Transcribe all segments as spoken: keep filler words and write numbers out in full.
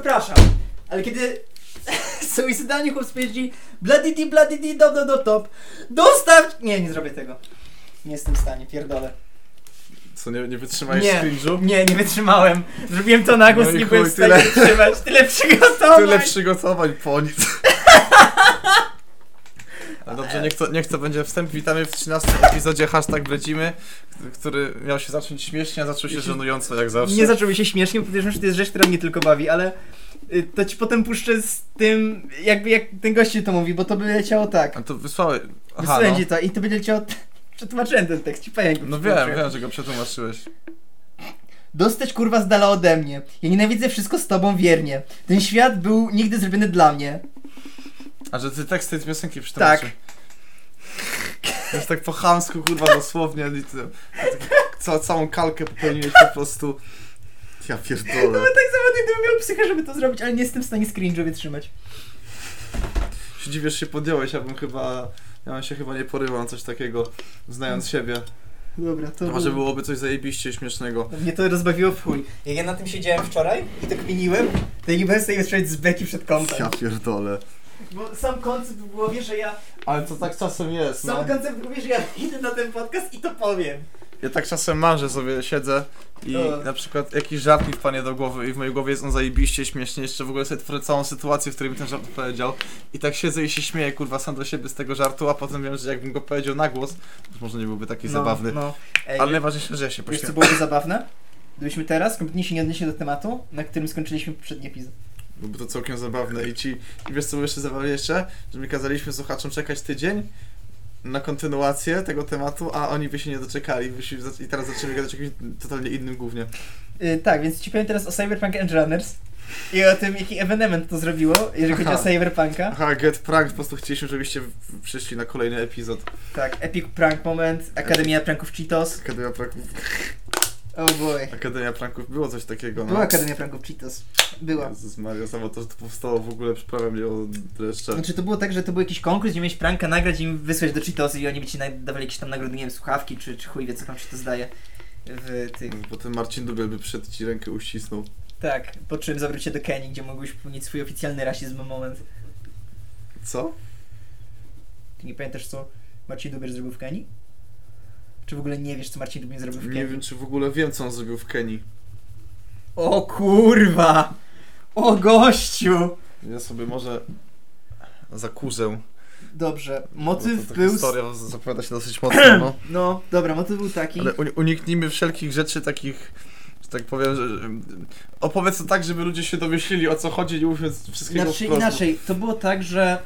przepraszam, ale kiedy suicydalnie chłop stwierdzi bladidi bladidi do do do top, dostaw... Nie, nie zrobię tego. Nie jestem w stanie, pierdolę. Co, nie, nie wytrzymałeś nie, cringe'u? Nie, nie wytrzymałem. Zrobiłem to na głos, no nie chuj, byłem w stanie tyle, wytrzymać. Tyle przygotowań. Tyle przygotowań po nic. No dobrze, niech to, niech to będzie wstęp. Witamy w trzynastym epizodzie Hashtag Blecimy, który miał się zacząć śmiesznie, a zaczął się żenująco jak zawsze. Nie zaczął się śmiesznie, bo wiesz, że to jest rzecz, która mnie tylko bawi, ale y, to ci potem puszczę z tym, jakby jak ten gościu to mówi, bo to by leciało tak. A to wysłałeś. Aha, Wysłałem no. ci to i to by leciało... Przetłumaczyłem ten tekst, ci powiem. No wiem, wiem, że go przetłumaczyłeś. Dostać kurwa z dala ode mnie. Ja nienawidzę wszystko z tobą wiernie. Ten świat był nigdy zrobiony dla mnie. A że ty tekst tej piosenki przetłumaczył. Tak. To jest tak po chamsku, kurwa, dosłownie. Ca całą kalkę popełniłeś po prostu. Ja pierdolę. No tak samo gdybym miał psychę, żeby to zrobić, ale nie jestem w stanie screenshot wytrzymać. Się dziwię, że się podjąłeś, ja bym chyba... Ja bym się chyba nie porywał na coś takiego, znając siebie. Dobra, to... To może byłoby coś zajebiście śmiesznego. Mnie to rozbawiło w chuj. Jak ja na tym siedziałem wczoraj i tak kminiłem, to nie byłem sobie strzelać z beki przed kątem. Ja pierdolę. Bo sam koncept w głowie, że ja... Ale to tak czasem jest, Sam no. koncept w głowie, że ja idę na ten podcast i to powiem. Ja tak czasem mam, że sobie siedzę i O. na przykład jakiś żart mi wpadnie do głowy i w mojej głowie jest on zajebiście śmiesznie, jeszcze w ogóle sobie tworzę całą sytuację, w której mi ten żart powiedział i tak siedzę i się śmieję, kurwa, sam do siebie z tego żartu, a potem wiem, że jakbym go powiedział na głos, to może nie byłby taki No, zabawny, no. Ej, ale najważniejsze, że ja się wiesz co pośmiałem. byłoby zabawne? Gdybyśmy teraz kompletnie się nie odnieśli do tematu, na którym skończyliśmy poprzedni epizod. Byłoby to całkiem zabawne i ci, i wiesz co było jeszcze zabawne jeszcze? Że my kazaliśmy słuchaczom czekać tydzień na kontynuację tego tematu, a oni by się nie doczekali byśmy, i teraz zaczniemy gadać o jakimś totalnie innym głównie. Yy, tak, więc ci powiem teraz o Cyberpunk Edge Runners i o tym, jaki evenement to zrobiło, jeżeli chodzi o Cyberpunka. Aha, get prank, po prostu chcieliśmy, żebyście w- przyszli na kolejny epizod. Tak, Epic Prank Moment, Akademia Pranków Cheetos. Akademia pranków. Oh boy. Akademia pranków, było coś takiego, no. Była Akademia Pranków Cheetos. Była. Jezus Maria, samo to, że to powstało w ogóle przyprawia mnie o dreszcze. Znaczy to było tak, że to był jakiś konkurs, gdzie miałeś pranka nagrać i im wysłać do Cheetosy i oni by ci dawali jakieś tam nagrody, nie wiem, słuchawki, czy, czy chuj wie co tam Cheetos daje w tych... Potem Marcin Dubiel by przyszedł i ci rękę uścisnął. Tak, po czym zabrał cię do Kenii, gdzie mogłeś popełnić swój oficjalny rasizm moment. Co? Ty nie pamiętasz, co Marcin Dubiel zrobił w Kenii? Czy w ogóle nie wiesz, co Marcin Dubiel zrobił w Kenii? Nie wiem, czy w ogóle wiem, co on zrobił w Kenii. O kurwa! O gościu! Ja sobie może zakurzę. Dobrze, Bo motyw to, to był... historia zapowiada się dosyć mocno, no. No, dobra, motyw był taki... Ale uni- uniknijmy wszelkich rzeczy takich, że tak powiem, że... że opowiedz to tak, żeby ludzie się domyślili, o co chodzi, nie mówiąc wszystkiego Znaczy wprost. inaczej, to było tak, że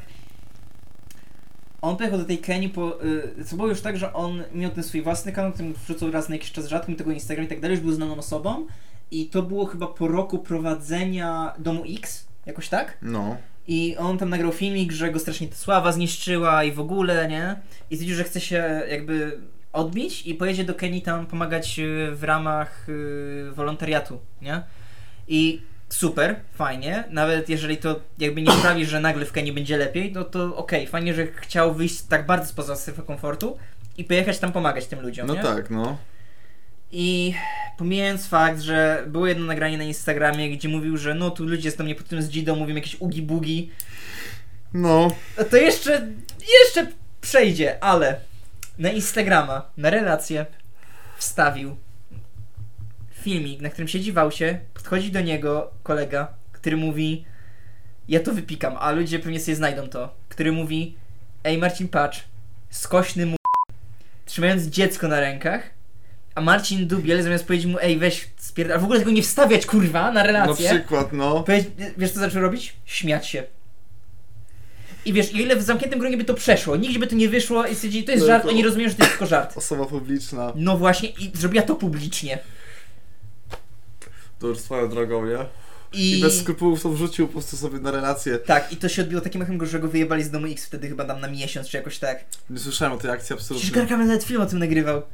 on pojechał do tej Kenii, po, y, to było już tak, że on miał ten swój własny kanał, który wrzucał raz na jakiś czas rzadko, mi tego Instagram i tak dalej, już był znaną osobą i to było chyba po roku prowadzenia Domu X, jakoś tak? No. I on tam nagrał filmik, że go strasznie ta sława zniszczyła i w ogóle, nie? I stwierdził, że chce się jakby odbić i pojedzie do Kenii tam pomagać y, w ramach y, wolontariatu, nie? I super, fajnie, nawet jeżeli to jakby nie sprawi, że nagle w Kenii będzie lepiej, no to okej, okay, fajnie, że chciał wyjść tak bardzo spoza strefy komfortu i pojechać tam pomagać tym ludziom, No nie? tak, no. I pomijając fakt, że było jedno nagranie na Instagramie, gdzie mówił, że no tu ludzie do mnie pod tym z Gidą mówią jakieś ugi-bugi, No. to jeszcze, jeszcze przejdzie, ale na Instagrama, na relację wstawił filmik, na którym siedzi w aucie, podchodzi do niego kolega, który mówi, ja to wypikam, a ludzie pewnie sobie znajdą to, który mówi, ej Marcin, patrz, skośny mu trzymając dziecko na rękach, a Marcin Dubiel zamiast powiedzieć mu, ej weź spierdal, w ogóle tego nie wstawiać kurwa na relację, Na przykład, no. powiedz, wiesz co zaczął robić? Śmiać się. I wiesz, ile w zamkniętym gronie by to przeszło, nigdzie by to nie wyszło i stwierdzili, to jest No żart, to- oni rozumieją, że to jest tylko żart. Osoba publiczna. No właśnie, i zrobiła to publicznie. To już swoją drogą, nie? I, I bez skrupułów to wrzucił po prostu sobie na relację. tak, i to się odbiło takim echem, że go wyjebali z Domu X wtedy chyba tam na miesiąc, czy jakoś tak. Nie słyszałem o tej akcji Przecież absolutnie. Gargamel nawet film o tym nagrywał.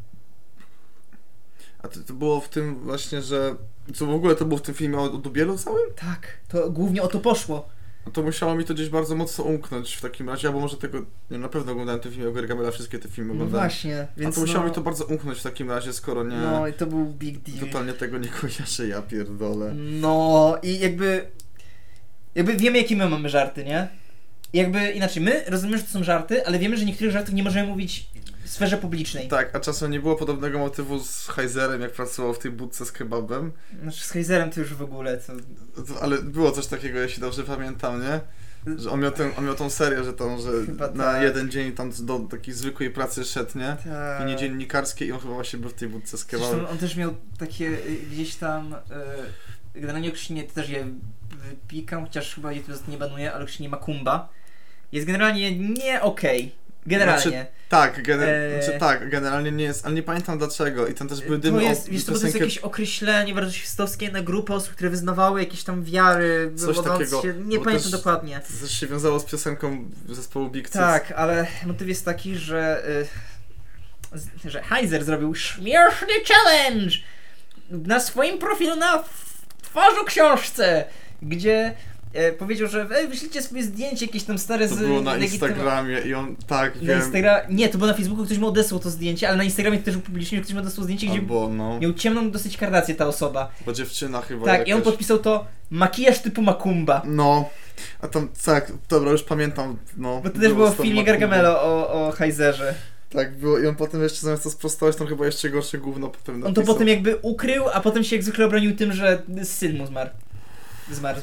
A to, to było w tym właśnie, że... Co w ogóle to było w tym filmie o, o Dubielu całym? Tak, to głównie o to poszło. To musiało mi to gdzieś bardzo mocno umknąć w takim razie, albo może tego, nie, na pewno oglądałem te filmy o Gargamela, wszystkie te filmy No oglądałem. właśnie, A więc to musiało no, mi to bardzo umknąć w takim razie, skoro nie... no i to był big deal. Totalnie tego nie kojarzę, ja pierdolę. No i jakby, jakby wiemy jakie my mamy żarty, nie? I jakby inaczej, my rozumiemy, że to są żarty, ale wiemy, że niektórych żartów nie możemy mówić w sferze publicznej. Tak, a czasem nie było podobnego motywu z Heizerem, jak pracował w tej budce z kebabem. Znaczy z Heizerem to już w ogóle, to... To, ale było coś takiego, jeśli dobrze pamiętam, nie? Że on miał, ten, on miał tą serię, że tam, że Chyba na tak. jeden dzień tam do takiej zwykłej pracy szedł, nie? Tak. I nie dziennikarskiej i on chyba właśnie był w tej budce z kebabem. Zresztą on też miał takie y, gdzieś tam, y, generalnie określenie też je wypikam, chociaż chyba YouTube nie banuje, ale określenie Makumba jest generalnie nie okej. Generalnie. Znaczy, tak, gener- Eee. znaczy, tak, generalnie nie jest, ale nie pamiętam dlaczego i tam też były dymy To jest, o wiesz, to, bo to jest piosenkę- jakieś określenie bardzo świstowskie na grupę osób, które wyznawały jakieś tam wiary, Coś wywodzące takiego, się, nie bo pamiętam też- dokładnie. To też się wiązało z piosenką zespołu Big Cis. Tak, ale motyw jest taki, że, y, z- że Heiser zrobił śmieszny challenge na swoim profilu na f- twarzu książce, gdzie e, powiedział, że ej, wyślijcie sobie zdjęcie jakieś tam stare To z było na legityma- Instagramie i on, tak, Na wiem, Instagra... Nie, to było na Facebooku, ktoś mu odesłał to zdjęcie, ale na Instagramie też upublicznił, ktoś mu odesłał zdjęcie, gdzie albo no, miał ciemną dosyć kardację ta osoba. bo dziewczyna chyba Tak, jakaś. i on podpisał to makijaż typu Makumba. No, a tam, tak, dobra, już pamiętam, no. Bo to też było z w tą filmie Makumbą. Gargamelo o, o Heizerze. Tak, było i on potem jeszcze zamiast to sprostować, tam chyba jeszcze gorsze gówno potem On napisał. to potem jakby ukrył, a potem się jak zwykle obronił tym, że syn mu zmarł. Zmarł.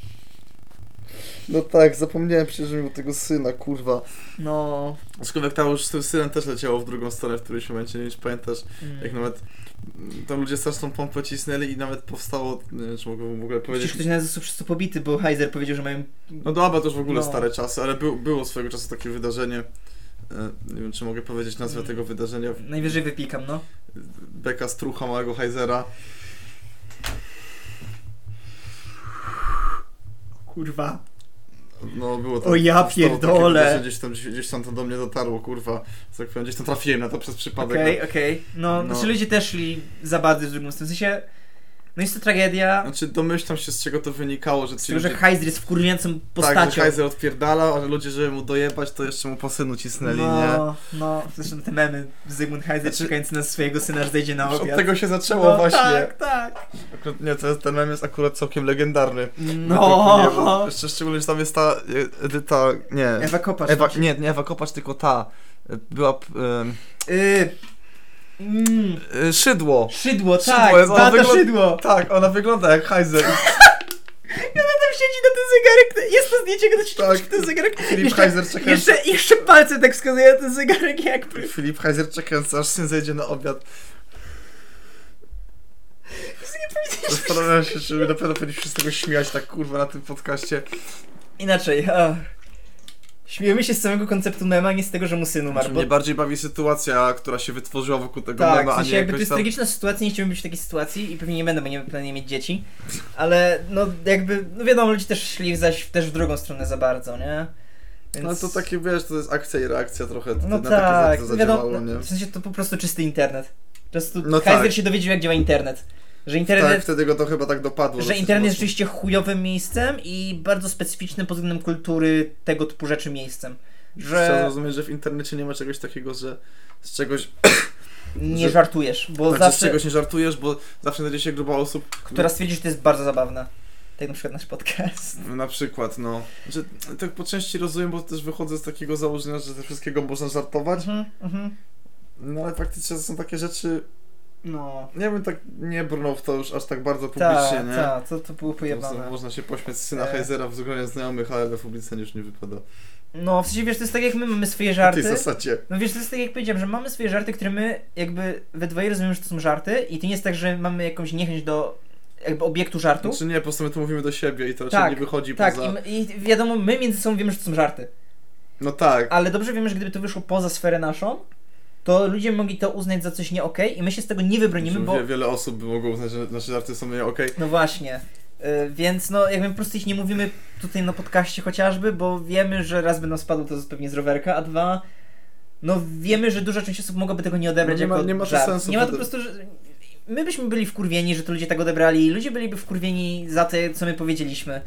No tak, zapomniałem przecież, że miał tego syna, kurwa. No. Aczkolwiek tam już z tym synem też leciało w drugą stronę w którymś momencie, nie wiem czy pamiętasz, Mm. jak nawet mm, tam ludzie straszną pompę cisnęli i nawet powstało, nie wiem czy mogę w ogóle powiedzieć. Przecież ktoś nawet został przez to pobity, bo Heiser powiedział, że mają... No dobra, to już w ogóle No. stare czasy, ale był, było swojego czasu takie wydarzenie, e, nie wiem czy mogę powiedzieć nazwę Mm. tego wydarzenia, Najwyżej wypikam, no. beka strucha małego Heizera. Kurwa. No było to. O ja powstało takie pierdolę. wydarzenie, Gdzieś tam, gdzieś tam to do mnie dotarło, kurwa. że Tak powiem, gdzieś tam trafiłem na to przez przypadek. Okej, okej. No, No. znaczy ludzie też szli za bardzo z drugą stronę. W sensie, no jest to tragedia, Znaczy domyślam się z czego to wynikało, że z ci tego, że ludzie, Heiser jest wkurwiającą tak, postacią. że Heiser odpierdalał, a że ludzie, żeby mu dojebać, to jeszcze mu po synu cisnęli, nie? No, no, zresztą te memy, Zygmunt Heiser Znaczy- czekający na swojego syna, że zejdzie na Już obiad. od tego się zaczęło no, właśnie. Tak, tak. Akurat, nie, to jest, ten mem jest akurat całkiem legendarny. No. Nie, bo jeszcze szczególnie, że tam jest ta e, Edyta, nie. Ewa Kopacz. Ewa, właśnie. nie, nie Ewa Kopacz, tylko ta. e, Była e, Y, mm, e, Szydło. szydło, Szydło tak, jest, ona Beata wygląda- Szydło. Tak, ona wygląda jak Heiser. Tam siedzi na ten zegarek, jest to zdjęcie, kiedy siedzi Tak. na ten zegarek. Filip jeszcze, Heiser czekający. jeszcze, jeszcze palce tak wskazuje na ten zegarek jakby. Filip Heiser czekający, aż syn zejdzie na obiad. Zastanawiam się, czy na pewno powinniśmy się z tego śmiać tak kurwa na tym podcaście. Inaczej, a... Śmiejemy się z samego konceptu mema, nie z tego, że mu syn umarł. Znaczy, Bo... mnie bardziej bawi sytuacja, która się wytworzyła wokół tego Tak, mema, w a nie sensie jakby to jakoś jest tam... tragiczna sytuacja, nie chciałbym być w takiej sytuacji i pewnie nie będę, bo nie planuję mieć dzieci. Ale no jakby, no wiadomo, ludzie też szli zaś też w drugą stronę za bardzo, nie? Więc... No to takie, wiesz, to jest akcja i reakcja trochę, to No na tak, takie wiadomo, zadziałało, nie? w sensie to po prostu czysty internet. Po prostu No Heiser tak. się dowiedział, jak działa internet. Że Tak, internet, wtedy go to chyba tak dopadło. że dosyć internet jest mocno. rzeczywiście chujowym miejscem i bardzo specyficznym pod względem kultury tego typu rzeczy miejscem. Trzeba Że zrozumieć, że w internecie nie ma czegoś takiego, że z czegoś, nie że- żartujesz, bo tak, że z zawsze, czegoś nie żartujesz, bo zawsze znajdzie się grupa osób, która stwierdzi, że to jest bardzo zabawne. Tak na przykład nasz podcast. na przykład, no, że tak po części rozumiem, bo też wychodzę z takiego założenia, że ze wszystkiego można żartować, Mhm, mhm. no ale faktycznie to są takie rzeczy, No. nie bym tak nie brnął w to już aż tak bardzo publicznie, Tak, nie? tak, to, to było Po pojebane. prostu można się pośmiać z syna E. Heizera w gronie znajomych, ale w publicznie już nie wypada. No, w sensie wiesz, to jest tak jak my mamy swoje W tej żarty. zasadzie. No wiesz, to jest tak jak powiedziałem, że mamy swoje żarty, które my jakby we dwoje rozumiemy, że to są żarty i to nie jest tak, że mamy jakąś niechęć do jakby obiektu żartu. Znaczy nie, po prostu my to mówimy do siebie i to raczej Tak, nie wychodzi Tak, poza... i, my- i wiadomo, my między sobą wiemy, że to są żarty. No tak. Ale dobrze wiemy, że gdyby to wyszło poza sferę naszą, to ludzie mogli to uznać za coś nie okej i my się z tego nie wybronimy, Znaczy, bo... wie- Wiele osób by mogło uznać, że nasze żarty są nie okej. No właśnie. Y, więc no jakby po prostu ich nie mówimy tutaj na podcaście chociażby, bo wiemy, że raz by nam spadło to pewnie z rowerka, a dwa no wiemy, że duża część osób mogłaby tego nie odebrać No nie ma- jako nie ma to żart. sensu Nie ma to po wtedy. prostu, że my byśmy byli wkurwieni, że to ludzie tak odebrali, ludzie byliby wkurwieni za to, co my powiedzieliśmy.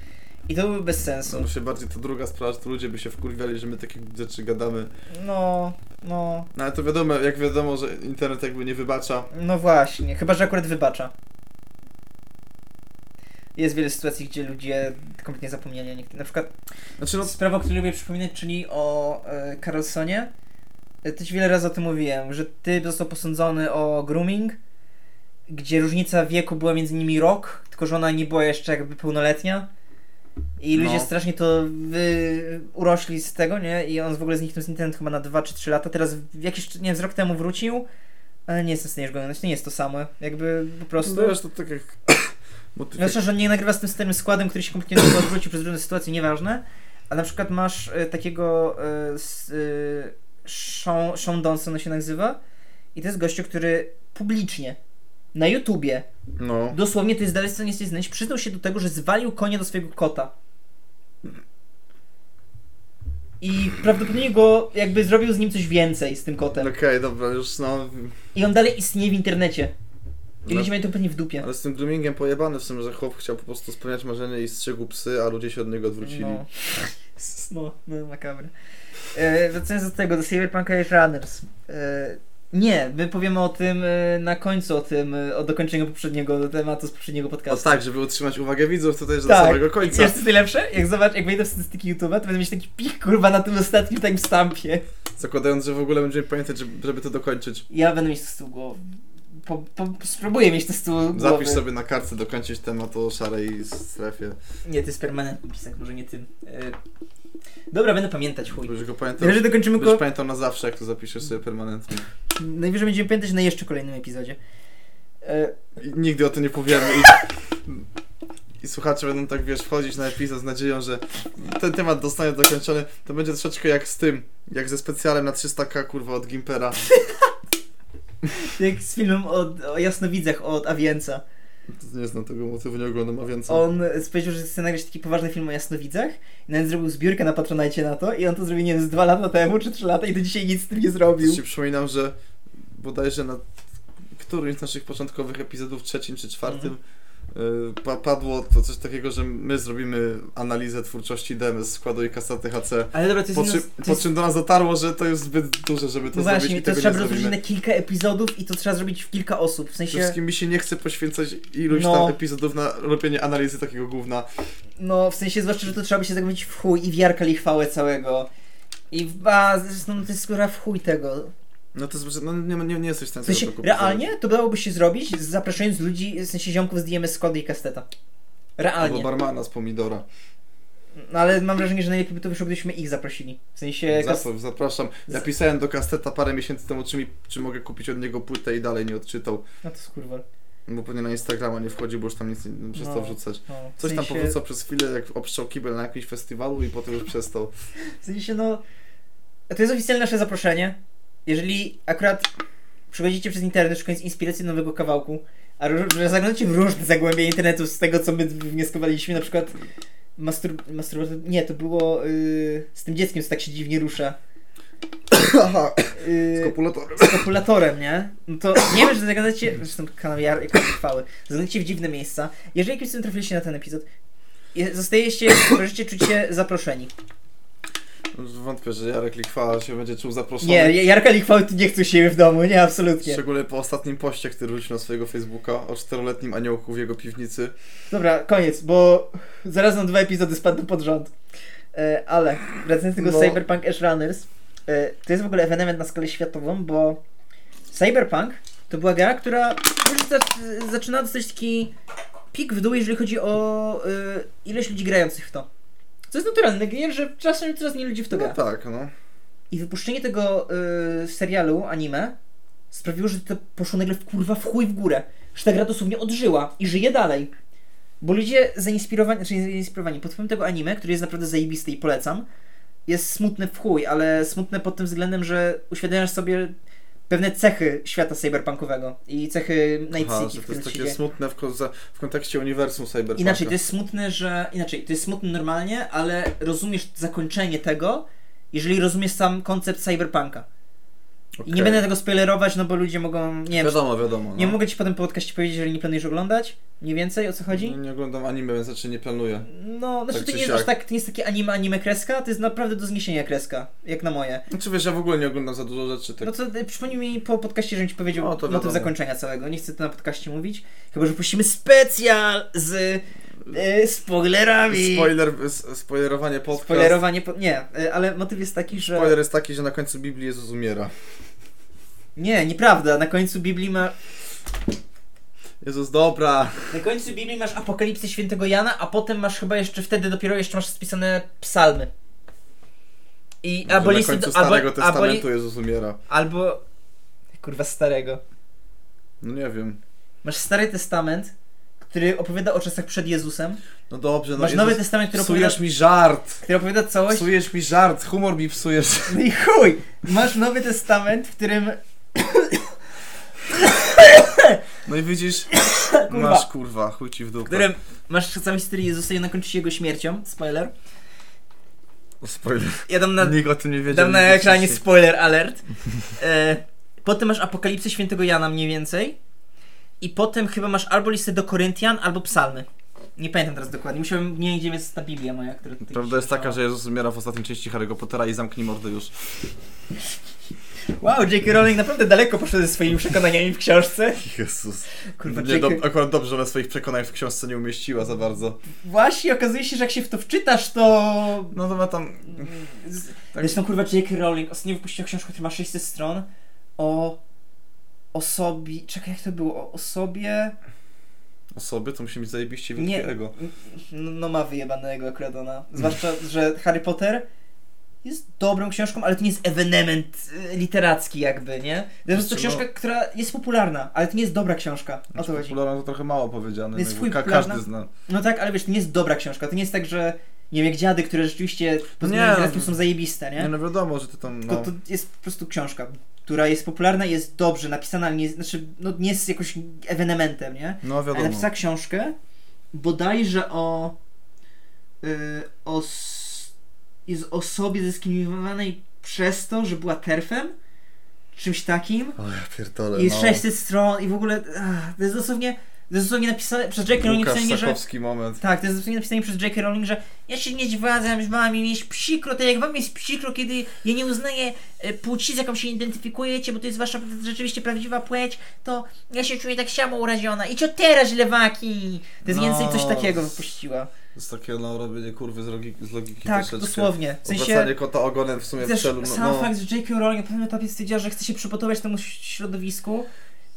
I to byłoby bez sensu. No się bardziej to druga sprawa, że to ludzie by się wkurwiali, że my takie rzeczy gadamy. No, no. No ale to wiadomo, jak wiadomo, że internet jakby nie wybacza. No właśnie, chyba że akurat wybacza. Jest wiele sytuacji, gdzie ludzie kompletnie zapomnieli o niektórych. Na przykład Znaczy no, sprawa, o której lubię przypominać, czyli o e, Carlsonie. E, Też wiele razy o tym mówiłem, że typ został posądzony o grooming, gdzie różnica wieku była między nimi rok, tylko że ona nie była jeszcze jakby pełnoletnia. I ludzie No. strasznie to wy... urośli z tego, nie? I on w ogóle zniknął z internetu chyba na dwa czy trzy lata. Teraz w jakiś, nie wiem, z rok temu wrócił, ale nie jestem w stanie już go oglądać. To nie jest to samo. Jakby po prostu... to wiesz, to tak jak... motyw- Zwłaszcza, że on nie nagrywa z tym starym składem, który się kompletnie do tego odwrócił przez różne sytuacje, nieważne. A na przykład masz y, takiego y, s- y, Sean, Sean Dawson się nazywa i to jest gościu, który publicznie na YouTubie, No. dosłownie to jest dalej co nie chce znać, przyznał się do tego, że zwalił konia do swojego kota. I prawdopodobnie go jakby zrobił z nim coś więcej z tym kotem. Okej, okay, dobra, już no... I on dalej istnieje w internecie. I No. ludzie mają to pewnie w dupie. Ale z tym groomingiem pojebane w sumie, że chłop chciał po prostu spełniać marzenie i strzegł psy, a ludzie się od niego odwrócili. No, no, no makabry. E, wracając do tego, do Cyberpunka Edge Runners. E, nie, my powiemy o tym e, na końcu, o tym, e, o dokończeniu poprzedniego tematu z poprzedniego O podcastu. tak, żeby utrzymać uwagę widzów tutaj do Tak. samego końca. Wiesz co jest najlepsze? Jak zobacz, jak wejdę w statystyki YouTube'a, to będę mieć taki pik kurwa na tym ostatnim timestampie. Zakładając, że w ogóle będziemy pamiętać, żeby, żeby to dokończyć. Ja będę mieć to z tyłu głowy. Po, po, spróbuję mieć to z tyłu głowy. Zapisz sobie na kartce, dokończyć temat o szarej strefie. Nie, to jest permanentny pisek, może nie tym. E, dobra, będę pamiętać, chuj. Będziesz go pamiętał, Jeżeli dokończymy będziesz go... pamiętał na zawsze, jak to zapiszesz sobie permanentnie. Najwyżej będziemy pamiętać na jeszcze kolejnym epizodzie. E, I nigdy o tym nie powiemy. I, I słuchacze będą tak, wiesz, wchodzić na epizod z nadzieją, że ten temat zostanie dokończony. To będzie troszeczkę jak z tym, jak ze specjalem na trzysta ka, kurwa, od Gimpera. Jak z filmem o, o jasnowidzach od Awięca. Nie znam tego motywu, nie oglądam, a więcej. On powiedział, że chce nagrać taki poważny film o jasnowidzach i nawet zrobił zbiórkę na Patronite na to i on to zrobił, nie wiem, z dwa lata temu czy trzy lata i do dzisiaj nic z tym nie zrobił. To ci przypominam, że bodajże na którymś z naszych początkowych epizodów, trzecim czy czwartym, Mhm. y, pa- padło to coś takiego, że my zrobimy analizę twórczości D M S składu i kasety H C. Ale dobra, to jest... Po, inna- czym, to po jest... czym do nas dotarło, że to jest zbyt duże, żeby to No zrobić właśnie, i to tego trzeba nie rozłożyć zrobimy. na kilka epizodów i to trzeba zrobić w kilka osób, w Przede sensie... wszystkim mi się nie chce poświęcać iluś No. tam epizodów na robienie analizy takiego gówna. No, w sensie zwłaszcza, że to trzeba by się zagłębić w chuj i w Jarka Lichwałę całego. I w... A, zresztą to jest skóra w chuj tego. No to jest, no nie, nie, nie jesteś w stanie W sensie, tego kupić. realnie to dałoby się zrobić, zapraszając ludzi, w sensie ziomków z D M S składu i kasteta. Realnie. Albo barmana z pomidora. No ale mam wrażenie, że najlepiej by to wyszło, gdybyśmy ich zaprosili. W sensie... kas- Zap- zapraszam. Ja pisałem do Kasteta parę miesięcy temu, czy, mi, czy mogę kupić od niego płytę i dalej nie odczytał. No to skurwa. Bo pewnie na Instagrama nie wchodzi, bo już tam nic nie przestał No. wrzucać. No, w Coś tam sensie- powrócał przez chwilę, jak obszczał kibel na jakimś festiwalu i potem już przestał. W sensie no... To jest oficjalne nasze zaproszenie. Jeżeli akurat przychodzicie przez internet szukając inspiracji nowego kawałku, a ró- zaglądacie w różne zagłębia internetu z tego, co my wnioskowaliśmy, na przykład mastur... masturbator... Nie, to było yy, z tym dzieckiem, co tak się dziwnie rusza. Aha, Yy, z kopulatorem. z kopulatorem, nie? No to nie wiem, że zaglądacie, zresztą kanał Jar, kanał chwały, zaglądacie w dziwne miejsca. Jeżeli jakimś cudem trafiliście na ten epizod, je- zostajecie, możecie czuć się zaproszeni. Wątpię, że Jarek Lichwała się będzie czuł zaproszony. Nie, Jarka Lichwały tu nie chcą siebie w domu, nie, absolutnie. Szczególnie po ostatnim poście, który rzucił na swojego Facebooka o czteroletnim aniołku w jego piwnicy. Dobra, koniec, bo zaraz nam dwa epizody spadną pod rząd. E, ale wracając do tego No. Cyberpunk Edge Runners, e, to jest w ogóle ewenement na skalę światową, bo Cyberpunk to była gra, która już za- zaczynała dostać taki pik w dół, jeżeli chodzi o e, ilość ludzi grających w to. Co jest naturalne, gier, że czasem coraz mniej ludzi w to gra. No tak, no. I wypuszczenie tego y, serialu, anime, sprawiło, że to poszło nagle w kurwa w chuj w górę. Że ta gra dosłownie odżyła i żyje dalej. Bo ludzie zainspirowani, znaczy nie zainspirowani, pod wpływem tego anime, który jest naprawdę zajebisty i polecam, jest smutny w chuj, ale smutne pod tym względem, że uświadamiasz sobie pewne cechy świata cyberpunkowego i cechy Night Aha, City, że w to jest którym się takie dzieje. smutne w, ko- za- w kontekście uniwersum Cyberpunka. Inaczej, to jest smutne, że... Inaczej, to jest smutne normalnie, ale rozumiesz zakończenie tego, jeżeli rozumiesz sam koncept cyberpunka. I nie będę tego spoilerować, no bo ludzie mogą, nie wiem, Wiadomo, wiadomo. No. nie mogę ci potem po podcaście powiedzieć, jeżeli nie planujesz oglądać, mniej więcej, o co chodzi? No, nie oglądam anime, więc raczej nie planuję. No, znaczy Tak to, czy nie jest siak. aż tak, to nie jest takie anime, anime kreska, to jest naprawdę do zniesienia kreska, jak na moje. Znaczy wiesz, ja w ogóle nie oglądam za dużo rzeczy. Tak. No to y, przypomnij mi po podcaście, żebym ci powiedział No, to motyw wiadomo. zakończenia całego, nie chcę to na podcaście mówić, chyba że puścimy specjal z y, spoilerami. Spoiler, s- spoilerowanie podcast. Spoilerowanie, po... nie, y, ale motyw jest taki, że... Spoiler jest taki, że na końcu Biblii Jezus umiera. Nie, nieprawda, na końcu Biblii ma... Jezus, dobra. Na końcu Biblii masz Apokalipsę Świętego Jana, a potem masz chyba jeszcze wtedy dopiero jeszcze masz spisane psalmy. I Że albo na listy końcu do, Starego albo, albo, Testamentu Jezus umiera. albo kurwa starego. No nie wiem. Masz Stary Testament, który opowiada o czasach przed Jezusem. No dobrze, no Masz Jezus, Nowy Testament, który opowiada, psujesz mi żart. który opowiada całość. Psujesz mi żart, humor mi psujesz. No i chuj! Masz Nowy Testament, w którym No i widzisz, Kurwa. masz kurwa, chuj ci w w dupę. którym masz całą historię Jezusa i ona kończy się jego śmiercią. Spoiler. Spoiler. Ja dam na, Nikt o tym nie wiedział. dam na nigdy ekranie wcześniej. spoiler alert. E, potem masz Apokalipsę Świętego Jana mniej więcej. I potem chyba masz albo listę do Koryntian, albo psalmy. Nie pamiętam teraz dokładnie. Musiałem nie gdzie jest ta Biblia moja, która tutaj Prawda się jest taka, trzymała. że Jezus umiera w ostatniej części Harry'ego Pottera i zamknij mordę już. Wow, J K. Rowling naprawdę daleko poszła ze swoimi przekonaniami w książce. Jezus. Kurwa, Nie, J K. do, akurat dobrze, że ona swoich przekonań w książce nie umieściła za bardzo. Właśnie okazuje się, że jak się w to wczytasz, to... No to ma tam... Z... Tak. Zresztą kurwa J K. Rowling ostatnio wypuściła książkę, która ma sześćset stron o osobie... Czekaj, jak to było? O osobie... Osoby to musi mieć zajebiście wielkie Nie, ego. no, no ma wyjebanego akurat ona. Zwłaszcza, że Harry Potter jest dobrą książką, ale to nie jest ewenement y, literacki jakby, nie? To jest to Znaczy, książka, no- która jest popularna, ale to nie jest dobra książka. O Znaczy, to chodzi. popularna to trochę mało powiedziane. Jest jakby chuj ka- popularna. każdy zna. No tak, ale wiesz, to nie jest dobra książka. To nie jest tak, że nie wiem, jak Dziady, które rzeczywiście pod Nie, względem literackim no- są zajebiste, nie? Nie no wiadomo, że ty tam... No, To, to jest po prostu książka, która jest popularna, jest dobrze napisana, ale nie jest, znaczy, no, nie jest jakoś ewenementem, nie? no Ale wiadomo. napisała książkę bodajże o yy, o s- jest osobie dyskryminowanej przez to, że była terfem, czymś takim. O ja pierdolę, I jest no. sześćset stron i w ogóle ach, to jest dosłownie to jest dosłownie napisane przez J K. Rowling Łukasz napisanie, że Sakowski moment. tak, to jest dosłownie napisane przez J K. Rowling, że ja się nie zgadzam z wami, mi jest przykro, to jak wam jest przykro, kiedy ja nie uznaję e, płci, z jaką się identyfikujecie, bo to jest wasza rzeczywiście prawdziwa płeć, to ja się czuję tak samo uraziona. I co teraz, lewaki? To jest No. więcej coś takiego wypuściła. To jest takie no, robienie kurwy z logiki, z logiki Tak, troszeczkę. dosłownie. W sensie, Obracanie kota ogonem w sumie w też celu, no, sam no. fakt, że J K. Rowling na pewnym etapie stwierdziła, że chce się przygotować temu środowisku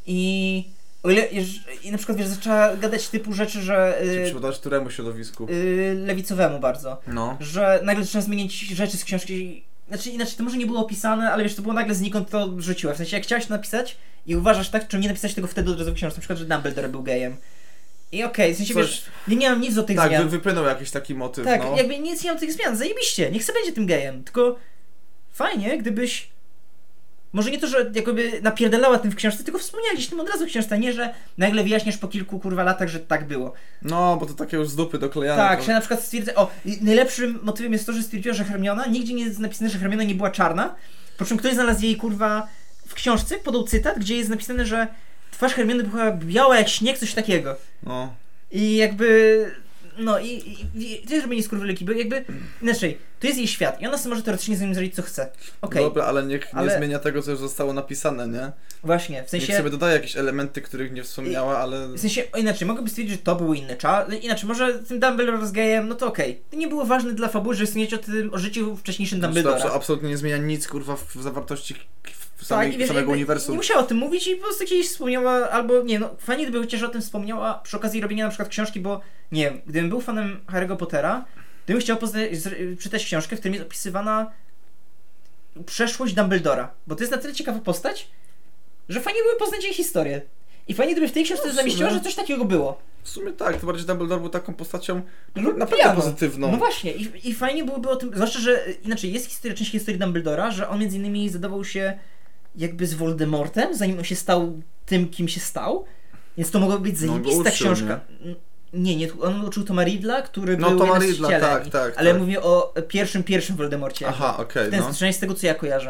i o ile, i na przykład wiesz, zaczęła gadać typu rzeczy, że Czy y, przypodasz któremu środowisku? y, lewicowemu bardzo. No. Że nagle zaczyna zmieniać rzeczy z książki. Znaczy inaczej, to może nie było opisane, ale wiesz, to było nagle znikąd to rzuciła. W sensie jak chciałeś to napisać i uważasz tak, czy nie napisać tego wtedy od razu w książce, na przykład, że Dumbledore był gejem. I okej, okay, w sensie Coś- wiesz, nie, nie mam nic do tych Tak, zmian. wy, wypłynął jakiś taki motyw, Tak, no. jakby nic nie mam tych zmian, zajebiście, niech se będzie tym gejem, tylko fajnie, gdybyś może nie to, że jakby napierdalała tym w książce, tylko wspomniałeś tym od razu w książce, a nie, że nagle wyjaśniasz po kilku kurwa latach, że tak było. No, bo to takie już z dupy doklejane. Tak, to... że na przykład stwierdzę, o, i najlepszym motywem jest to, że stwierdziła, że Hermiona, nigdzie nie jest napisane, że Hermiona nie była czarna, po czym ktoś znalazł jej kurwa w książce, podał cytat, gdzie jest napisane, że twarz Hermiony była biała jak śnieg, coś takiego. No. I jakby, no i, i, i to jest robienie skurwylyki, bo jakby, inaczej, to jest jej świat i ona sobie może teoretycznie z nim zrobić co chce. Okej, Dobra, ale niech nie Ale- zmienia tego, co już zostało napisane, nie? właśnie, w Niech sensie, sobie dodaje jakieś elementy, których nie wspomniała, ale... w sensie, o, inaczej, mogłoby stwierdzić, że to był inny czas, inaczej, może tym Dumbledore z gejem, no to okej. To nie było ważne dla fabuły, że istniejecie o tym, o życiu wcześniejszym Znaczy, Dumbledora. to absolutnie nie zmienia nic, kurwa, w w zawartości w Tak, samej, i wiesz, samego jakby uniwersum. nie musiała o tym mówić i po prostu kiedyś wspomniała, albo nie, no fajnie gdyby chociaż o tym wspomniała przy okazji robienia na przykład książki, bo nie wiem, gdybym był fanem Harry'ego Pottera, gdybym chciał poznać, z, czytać książkę, w której jest opisywana przeszłość Dumbledora, bo to jest na tyle ciekawa postać, że fajnie były poznać jej historię. I fajnie gdyby w tej książce No, w zamieściła, sumie. że coś takiego było. W sumie tak, to bardziej Dumbledore był taką postacią No, naprawdę pijano. pozytywną. No właśnie, i, i fajnie byłoby o tym, zwłaszcza, że inaczej jest historia, część historii Dumbledora, że on między innymi zadawał się jakby z Voldemortem, zanim on się stał tym, kim się stał, więc to mogła być No, on go zajebista uczył, książka. Nie, nie, on uczył Toma Riddla, który No, był Toma jednym z Riddla, ścielem. tak, tak, Ale tak. mówię o pierwszym, pierwszym Voldemorcie. Aha, okej, Ten, no. przynajmniej z tego, co ja kojarzę.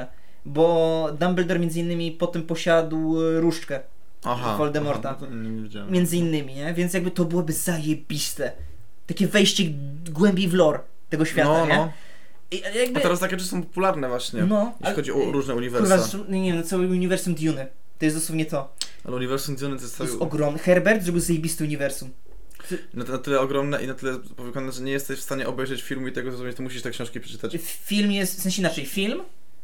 bo Dumbledore między innymi potem posiadł e, różdżkę Aha, Voldemorta. aha, no to nie wiedziałem. Między innymi, nie? Więc jakby to byłoby zajebiste. Takie wejście głębiej w lore tego świata, No, nie? no. I, jakby... A teraz takie rzeczy są popularne właśnie, no, jeśli ale- chodzi o różne Kurwa, uniwersa. zresztą, nie wiem, całe uniwersum Dune. To jest dosłownie to. Ale uniwersum Dune to jest, To jest cały... ogromny. Herbert zrobił zajebiste uniwersum. na, na tyle ogromne i na tyle wykonane, że nie jesteś w stanie obejrzeć filmu i tego zrozumieć, to musisz te książki przeczytać. Film jest, w sensie inaczej, film...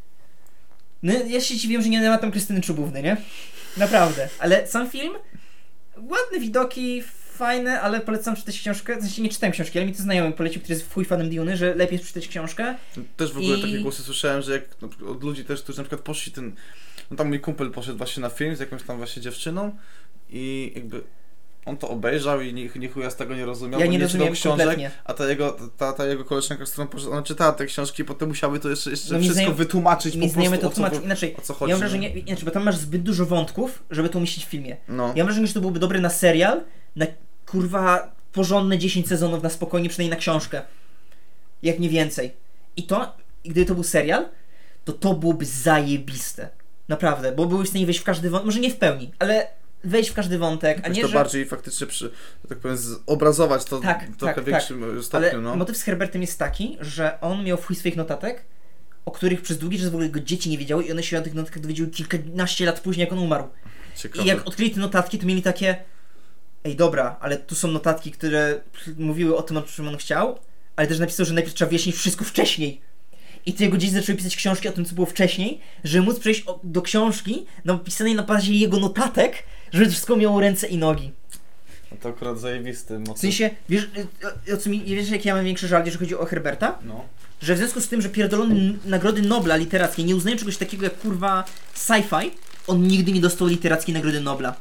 No ja się dziwię, że nie ma tam Krystyny Czubówny, nie? Naprawdę. Ale sam film, ładne widoki, fajne, ale polecam czytać książkę. W sensie nie czytałem książki, ale mi to znajomy polecił, który jest w chuj fanem Duny, że lepiej jest przeczytać książkę. Też w ogóle I- takie głosy słyszałem, że jak na przykład od ludzi też, którzy na przykład poszli ten... No tam mój kumpel poszedł właśnie na film z jakąś tam właśnie dziewczyną i jakby on to obejrzał i ni, ni chuja z tego nie rozumiał, Ja bo nie nie czytał rozumiem książek, kompletnie. a ta jego, ta, ta jego koleżanka, z którą poszedł, ona czytała te książki i potem musiały to jeszcze, jeszcze No mi wszystko znajom- wytłumaczyć Mi po znajomy prostu, to o co, tłumaczy inaczej. o co chodzi. Ja mam wrażenie, inaczej, bo tam masz zbyt dużo wątków, żeby to umieścić w filmie. No. Ja mam wrażenie, że to byłoby dobre na serial, na kurwa porządne dziesięć sezonów na spokojnie, przynajmniej na książkę. Jak nie więcej. I to, i gdyby to był serial, to to byłoby zajebiste. Naprawdę, bo byłbyś w stanie wejść w każdy wątek, może nie w pełni, ale wejść w każdy wątek, a Jakoś nie, to że... bardziej faktycznie przy, że tak powiem, zobrazować to Tak, w trochę tak, większym stopniu, Ale no. motyw z Herbertem jest taki, że on miał w chuj swoich notatek, o których przez długi czas w ogóle jego dzieci nie wiedziały i one się o tych notatkach dowiedziały kilkanaście lat później, jak on umarł. Ciekawe. I jak odkryli te notatki, to mieli takie: ej, dobra, ale tu są notatki, które mówiły o tym, o czym on chciał, ale też napisał, że najpierw trzeba wyjaśnić wszystko wcześniej. I te jego dzieci zaczęły pisać książki o tym, co było wcześniej, żeby móc przejść o, do książki napisanej na bazie jego notatek, żeby to wszystko miało ręce i nogi. No to akurat zajebisty motyw. W sensie, wiesz, o, o co mi, wiesz, jak ja mam większy żal, jeżeli chodzi o Herberta? No. Że w związku z tym, że pierdolone n- nagrody Nobla literackie nie uznają czegoś takiego jak kurwa sci-fi, on nigdy nie dostał literackiej nagrody Nobla.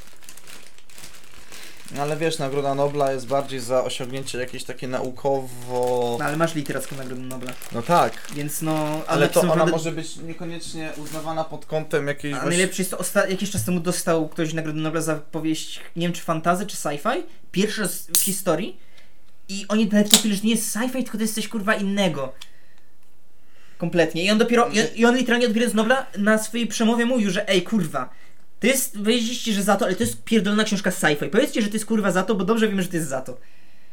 No ale wiesz, Nagroda Nobla jest bardziej za osiągnięcie jakieś takie naukowo... No ale masz literacką nagrodę Nobla. No tak. Więc no... Ale to ona naprawdę- może być niekoniecznie uznawana pod kątem jakiejś A właśnie... najlepsze jest to, osta- jakiś czas temu dostał ktoś nagrodę Nobla za powieść, nie wiem czy fantasy, czy sci-fi, pierwszy raz w historii i oni nawet mówili, że to nie jest sci-fi, tylko to jest coś kurwa innego. Kompletnie. I on dopiero, i on, i on literalnie odbierając Nobla na swojej przemowie mówił, że ej kurwa, to jest, powiedzieliście, że za to, ale to jest pierdolona książka sci-fi. Powiedzcie, że to jest kurwa za to, bo dobrze wiemy, że to jest za to.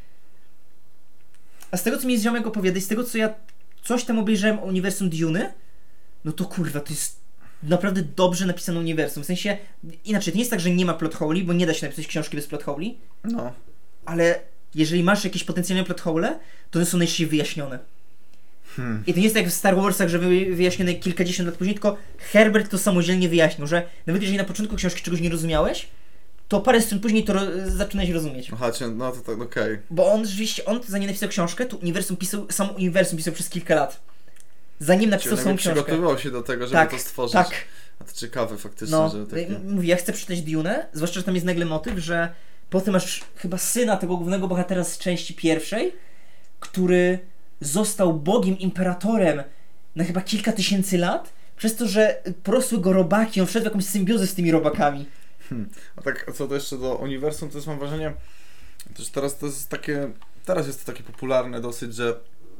A z tego co mi ziomek opowiada i z tego co ja coś tam obejrzałem o uniwersum Dune, no to kurwa, to jest naprawdę dobrze napisane uniwersum. W sensie, inaczej, to nie jest tak, że nie ma plot hole, bo nie da się napisać książki bez plot hole, No. ale jeżeli masz jakieś potencjalne plot hole, to one są najszybciej wyjaśnione. Hmm. I to nie jest tak jak w Star Warsach, że wy- wyjaśnione kilkadziesiąt lat później, tylko Herbert to samodzielnie wyjaśnił, że nawet jeżeli na początku książki czegoś nie rozumiałeś, to parę stron później to ro- zaczynałeś rozumieć. Aha, cię- no to tak, okej. Bo on rzeczywiście, on zanim napisał książkę, to uniwersum pisał, samo uniwersum pisał przez kilka lat. Zanim napisał Czyli samą jakby książkę. przygotowywał się do tego, żeby Tak, to stworzyć. tak. A to ciekawe faktycznie, No, że takie... m- mówię, ja chcę przeczytać Dune, zwłaszcza, że tam jest nagle motyw, że potem masz chyba syna tego głównego bohatera z części pierwszej, który został bogiem, imperatorem na chyba kilka tysięcy lat, przez to, że porosły go robaki, on wszedł w jakąś symbiozę z tymi robakami. Hmm. A tak, a co to jeszcze do uniwersum, to jest mam wrażenie, też teraz to jest takie, teraz jest to takie popularne dosyć, że,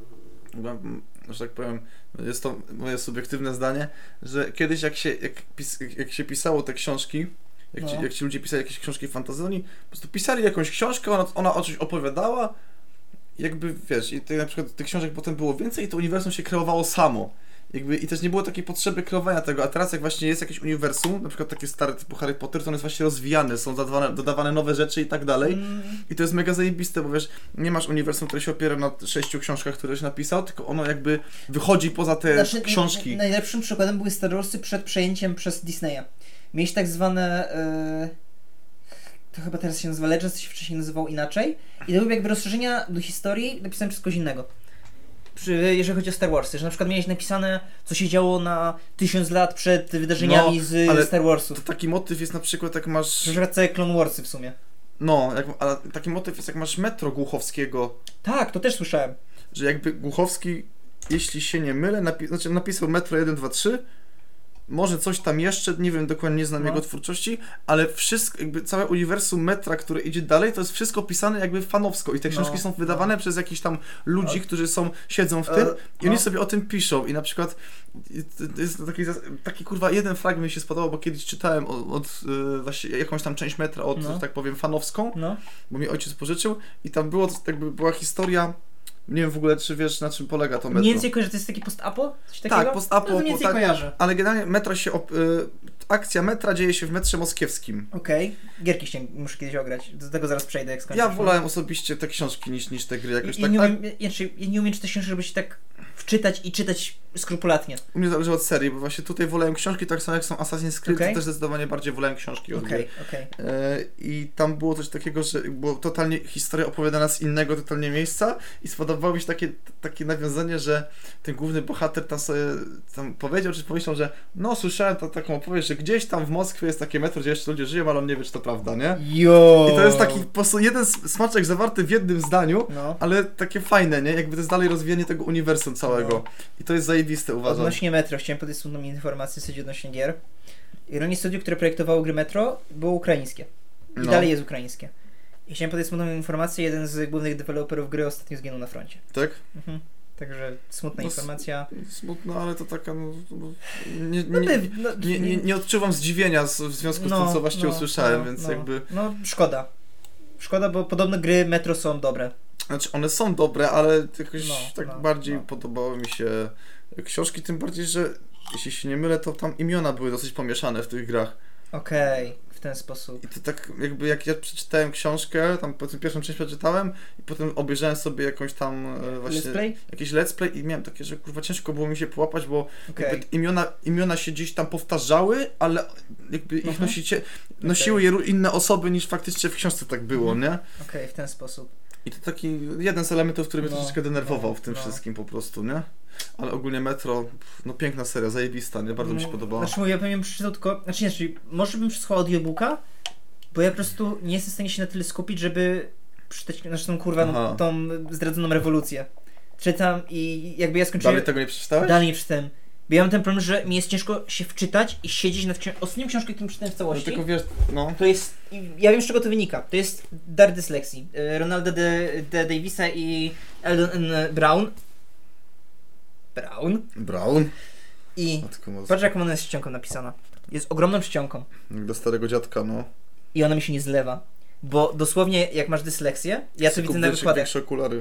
że tak powiem, jest to moje subiektywne zdanie, że kiedyś jak się, jak, pis, jak się pisało te książki, jak, No. ci, jak ci ludzie pisali jakieś książki fantasy, oni po prostu pisali jakąś książkę, ona, ona o czymś opowiadała, jakby wiesz, i te, na przykład tych książek potem było więcej i to uniwersum się kreowało samo. Jakby, i też nie było takiej potrzeby kreowania tego, a teraz jak właśnie jest jakieś uniwersum, na przykład takie stare typu Harry Potter, to one jest właśnie rozwijane, są dodawane, dodawane nowe rzeczy i tak dalej. Mm, I to jest mega zajebiste, bo wiesz, nie masz uniwersum, które się opiera na sześciu książkach, któreś napisał, tylko ono jakby wychodzi poza te znaczy, książki. n- najlepszym przykładem były Star Warsy przed przejęciem przez Disneya. Mieliś tak zwane... Yy... To chyba teraz się nazywa Legends, to się wcześniej nazywało inaczej. I to były jakby rozszerzenia do historii napisane przez kogoś innego. Przy, jeżeli chodzi o Star Warsy, że na przykład miałeś napisane, co się działo na tysiąc lat przed wydarzeniami No, z ale Star Warsów. To taki motyw jest na przykład jak masz... Na przykład całe Clone Warsy w sumie. No, jak, ale taki motyw jest jak masz Metro Głuchowskiego, Tak, to też słyszałem. że jakby Głuchowski, jeśli się nie mylę, napi- znaczy napisał Metro jeden, dwa, trzy może coś tam jeszcze, nie wiem, dokładnie nie znam No. jego twórczości, ale wszystko, jakby całe uniwersum Metra, które idzie dalej, to jest wszystko pisane jakby fanowsko i te książki No, są wydawane no. przez jakichś tam ludzi, No. którzy są, siedzą w E, tym i oni no. sobie o tym piszą i na przykład to jest taki, taki kurwa jeden fragment mi się spodobał, bo kiedyś czytałem od, od y, właśnie jakąś tam część Metra, od, No. że tak powiem, fanowską, No. bo mi ojciec pożyczył i tam było, jakby była historia, nie wiem w ogóle, czy wiesz, na czym polega to Metro. Mniej więcej kojarzę, to jest taki post-apo? Coś takiego? Tak, post-apo, No, to mniej więcej tak, kojarzę. ale generalnie Metro się, op, y, akcja Metra dzieje się w metrze moskiewskim. Okej. Gierki się muszę kiedyś ograć. Do tego zaraz przejdę, jak skończę. Ja wolałem osobiście te książki niż, niż te gry jakoś I, tak. i nie A umiem, ja, ja nie umiem czytać książek, żeby się tak wczytać i czytać skrupulatnie. u mnie zależy od serii, bo właśnie tutaj wolałem książki, tak samo jak są Assassin's Creed, Okej. to też zdecydowanie bardziej wolałem książki od Okej, gry. okej. E, I tam było coś takiego, że było totalnie historia opowiadana z innego totalnie miejsca i spodobało mi się takie, takie nawiązanie, że ten główny bohater tam sobie tam powiedział, czy pomyślał, że no słyszałem to, taką opowieść, że gdzieś tam w Moskwie jest takie metro, gdzie jeszcze ludzie żyją, ale on nie wie, czy to prawda, nie? Jo. I to jest taki po prostu jeden s- smaczek zawarty w jednym zdaniu, No. ale takie fajne, nie? Jakby to jest dalej rozwijanie tego uniwersum całego. No. I to jest zajebiste, uważam. Odnośnie Metro, chciałem podać smutną informację w zasadzie odnośnie gier. Ironie studiów, które projektowało gry Metro, było ukraińskie. I No. dalej jest ukraińskie. I chciałem podać smutną informację, jeden z głównych deweloperów gry ostatnio zginął na froncie. Tak? Mhm. Także smutna No, s- informacja. Smutno, ale to taka, no... no nie, No, nie, byw- no, nie, nie, nie odczuwam zdziwienia z, w związku z tym, co właśnie usłyszałem, więc no, jakby... No, szkoda. Szkoda, bo podobno gry Metro są dobre. Znaczy, one są dobre, ale jakoś No, tak no, bardziej no. podobały mi się książki, tym bardziej, że jeśli się nie mylę, to tam imiona były dosyć pomieszane w tych grach. Okej, w ten sposób. I to tak jakby jak ja przeczytałem książkę, tam powiedzmy pierwszą część przeczytałem i potem obejrzałem sobie jakąś tam e, właśnie Let's play? jakiś let's play i miałem takie, że kurwa ciężko było mi się połapać, bo Okej. jakby imiona, imiona się gdzieś tam powtarzały, ale jakby ich Mhm. nosicie, nosiły je ró- inne osoby niż faktycznie w książce tak było, Mhm. nie? Okej, w ten sposób. I to taki jeden z elementów, który mnie No, troszeczkę denerwował w tym no. wszystkim po prostu, nie? Ale ogólnie Metro, pff, no piękna seria, zajebista, nie? Bardzo mi się No, podobała. Znaczy, ja bym przeczytał tylko, znaczy nie, czyli może bym przesłuchał audiobooka, bo ja po prostu nie jestem w stanie się na tyle skupić, żeby przeczytać, znaczy tą kurwa, Aha. no, tą zdradzoną rewolucję. Czytam i jakby ja skończyłem, Dalej tego nie przeczytałeś? dalej nie czytałem. Bo ja mam ten problem, że mi jest ciężko się wczytać i siedzieć nad książką. Ostatnią książkę, którą czytałem w No całości, tylko wiesz, no. to jest, ja wiem z czego to wynika, to jest dar dysleksji. E, Ronalda de, de Davisa i Eldon N. Brown. Brown. Brown. I Matko Boska. patrz jak ona jest czcionką napisana. Jest ogromną czcionką. Jak do starego dziadka, no. I ona mi się nie zlewa. Bo dosłownie jak masz dysleksję, ja to Kup widzę na większe- wykładach. większe okulary.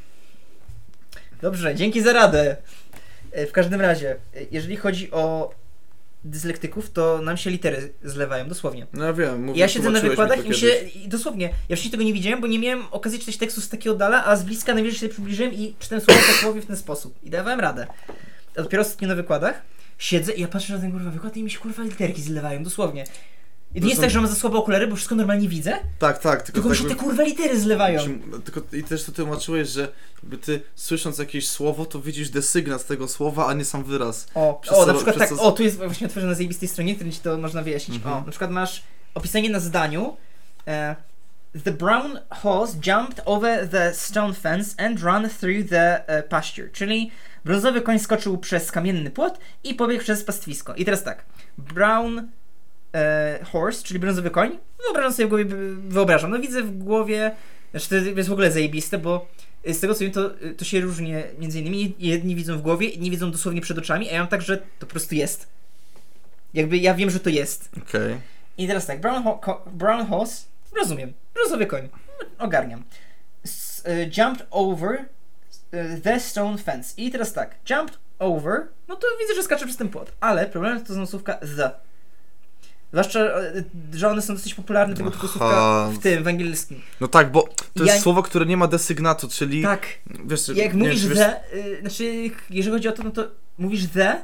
Dobrze, dzięki za radę. E, W każdym razie, e, jeżeli chodzi o dyslektyków, to nam się litery zlewają, dosłownie. No ja wiem, mówię, Ja siedzę na tłumaczyłeś wykładach mi i mi to się, kiedyś. i dosłownie, ja wcześniej tego nie widziałem, bo nie miałem okazji czytać tekstu z takiego dala, a z bliska najwyżej się przybliżyłem i czytałem słowo po słowie w ten sposób. I dawałem radę. A dopiero ostatnio na wykładach siedzę i ja patrzę na ten kurwa wykład i mi się kurwa literki zlewają, dosłownie. I to nie jest Zresztą- tak, że mam za słabe okulary, bo wszystko normalnie widzę, Tak, tak, tylko, tylko mi się tak te kurwa litery zlewają. Czy- Tylko i też to tłumaczyłeś, że jakby ty słysząc jakieś słowo, to widzisz desygnat tego słowa, a nie sam wyraz. O, Przez o co- na przykład przez tak, co- o tu jest właśnie otworzone na zajebistej stronie, którym ci to można wyjaśnić. Mhm. O, na przykład masz opisanie na zdaniu e, The brown horse jumped over the stone fence and ran through the e, pasture, czyli brązowy koń skoczył przez kamienny płot i pobiegł przez pastwisko. I teraz tak, brown e, horse, czyli brązowy koń, wyobrażam sobie w głowie, wyobrażam, no widzę w głowie, znaczy to jest w ogóle zajebiste, bo z tego co wiem, to, to się różni między innymi, jedni widzą w głowie, inni widzą dosłownie przed oczami, a ja mam tak, że to po prostu jest. Jakby ja wiem, że to jest. Okej. Okay. I teraz tak, brown, ho- ko- brown horse, rozumiem, brązowy koń, ogarniam. S- y, jumped over y, the stone fence. I teraz tak, jumped over, no to widzę, że skacze przez ten płot, ale problemem to jest słówka the. Zwłaszcza, y, że one są dosyć popularne, tego typu Aha. słówka w tym, w angielskim. No tak, bo to Ja- jest słowo, które nie ma desygnatu, czyli... Tak, Wiesz, jak nie mówisz wiem, czy wiesz, the, y, znaczy, jeżeli chodzi o to, no to mówisz the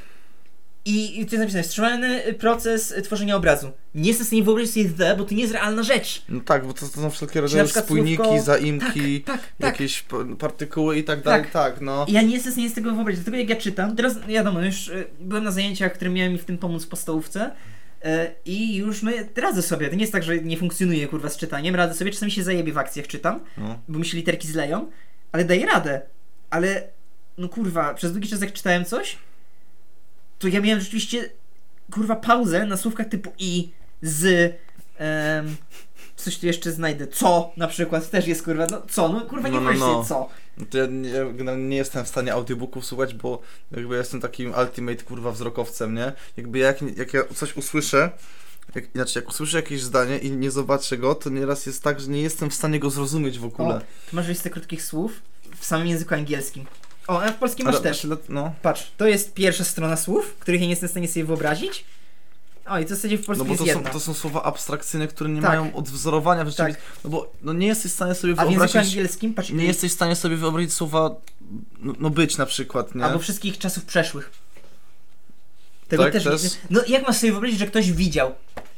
i, i to jest napisane, wstrzymany proces y, tworzenia obrazu. Nie jestem w stanie wyobrazić sobie the, bo to nie jest realna rzecz. No tak, bo to, to są wszelkie na rodzaje przykład spójniki, słówko- zaimki, Tak, tak. jakieś p- partykuły i tak dalej, Tak. tak, no. I ja nie jestem w stanie z tego wyobrazić, dlatego jak ja czytam, teraz wiadomo, już y, byłem na zajęciach, które miały mi w tym pomóc w podstawówce y, i już no, radzę sobie, to nie jest tak, że nie funkcjonuje kurwa z czytaniem, radzę sobie, czasami się zajebie w akcjach czytam, no. bo mi się literki zleją, ale daję radę. Ale, no kurwa, przez długi czas jak czytałem coś, to ja miałem rzeczywiście kurwa pauzę na słówkach typu i, z, um, coś tu jeszcze znajdę, co na przykład też jest kurwa, no co, no kurwa nie No, no, możesz no. no. co. To ja nie, ja generalnie nie jestem w stanie audiobooków słuchać, bo jakby ja jestem takim ultimate kurwa wzrokowcem, nie? Jakby jak, jak ja coś usłyszę, jak, inaczej jak usłyszę jakieś zdanie i nie zobaczę go, to nieraz jest tak, że nie jestem w stanie go zrozumieć w ogóle. O, tu masz listę krótkich słów w samym języku angielskim. O, a w polskim masz Ale, też. No. Patrz, to jest pierwsza strona słów, których ja nie jestem w stanie sobie wyobrazić. O, i to w zasadzie w No polskim bo to jest są, jedna. to są słowa abstrakcyjne, które nie Tak. mają odwzorowania w rzeczywistości. Tak. No bo no nie jesteś w stanie sobie A w języku wyobrazić... angielskim, patrz, Nie jesteś w stanie sobie wyobrazić słowa no, no być na przykład, nie? albo wszystkich czasów przeszłych. Tego Tak, też, też? nie. No jak masz sobie wyobrazić, że ktoś widział?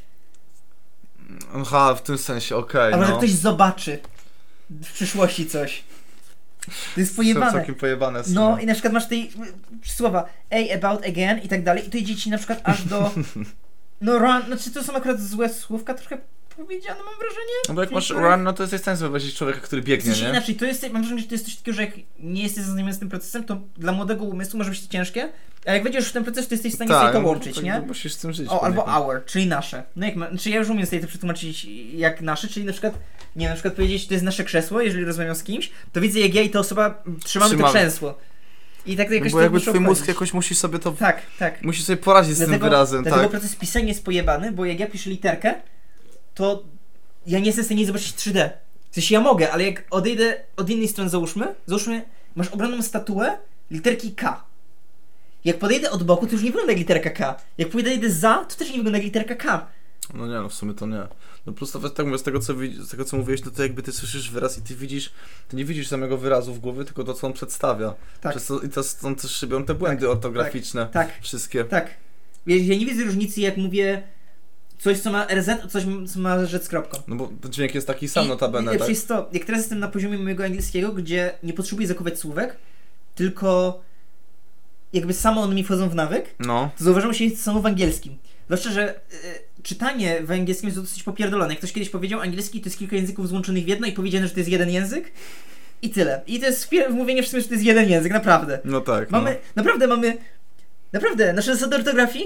Aha, w tym sensie, okej, Albo no. że ktoś zobaczy w przyszłości coś. To jest Są pojebane. całkiem pojebane. Są. No i na przykład masz tej słowa a, about, again i tak dalej i to idzie ci na przykład aż do no run, znaczy to są akurat złe słówka, trochę powiedziane mam wrażenie. No bo jak masz Niektórych- run, no to jesteś w stanie sobie wyobrazić człowieka, który W biegnie, sensie nie? inaczej, to jest, mam wrażenie, że to jest coś takiego, że jak nie jesteś zaznajomiony z tym procesem, to dla młodego umysłu może być to ciężkie, a jak wejdziesz w ten proces, to jesteś w stanie sobie to no, łączyć, tak, nie? no, musisz z tym żyć. O, albo poniekąd. our, czyli nasze. No jak ma, znaczy ja już umiem sobie to przetłumaczyć jak nasze, czyli na przykład, nie na przykład powiedzieć, to jest nasze krzesło, jeżeli rozmawiam z kimś, to widzę jak ja i ta osoba trzymamy, Trzymamy. to krzesło. I tak to No jakoś bo to jakby muszę twój mózg obchodzić. jakoś musi sobie to... Tak, tak. Musi sobie poradzić z tym wyrazem, dlatego tak? proces pisania jest pojebany, bo jak ja piszę literkę, to ja nie jestem w stanie zobaczyć trzy D. W sensie ja mogę, ale jak odejdę od innej strony, załóżmy, załóżmy, masz ogromną statuę literki K. Jak podejdę od boku, to już nie wygląda jak literka K. Jak podejdę za, to też nie wygląda jak literka K. No nie, no w sumie to nie. No plus to tak mówię, z tego co, wi- z tego co mówiłeś, no to jakby ty słyszysz wyraz i ty widzisz, ty nie widzisz samego wyrazu w głowie, tylko to co on przedstawia. Tak. Przez to, I to stąd też szybią te błędy ortograficzne. Tak, Wszystkie. tak. Ja, ja nie widzę różnicy, jak mówię coś, co ma R Z, a coś, co ma rzecz z kropką. No bo ten dźwięk jest taki sam I notabene, najlepsze tak? jest to, jak teraz jestem na poziomie mojego angielskiego, gdzie nie potrzebuję zakuwać słówek, tylko jakby samo one mi wchodzą w nawyk, No. to zauważam się samo w angielskim. Zwłaszcza, że y, czytanie w angielskim jest dosyć popierdolone. Jak ktoś kiedyś powiedział, angielski to jest kilka języków złączonych w jedno i powiedziane, że to jest jeden język i tyle. I to jest chwilę mówienie w sumie, że to jest jeden język, naprawdę. No tak. Mamy, no. naprawdę mamy, naprawdę, nasze zasady ortografii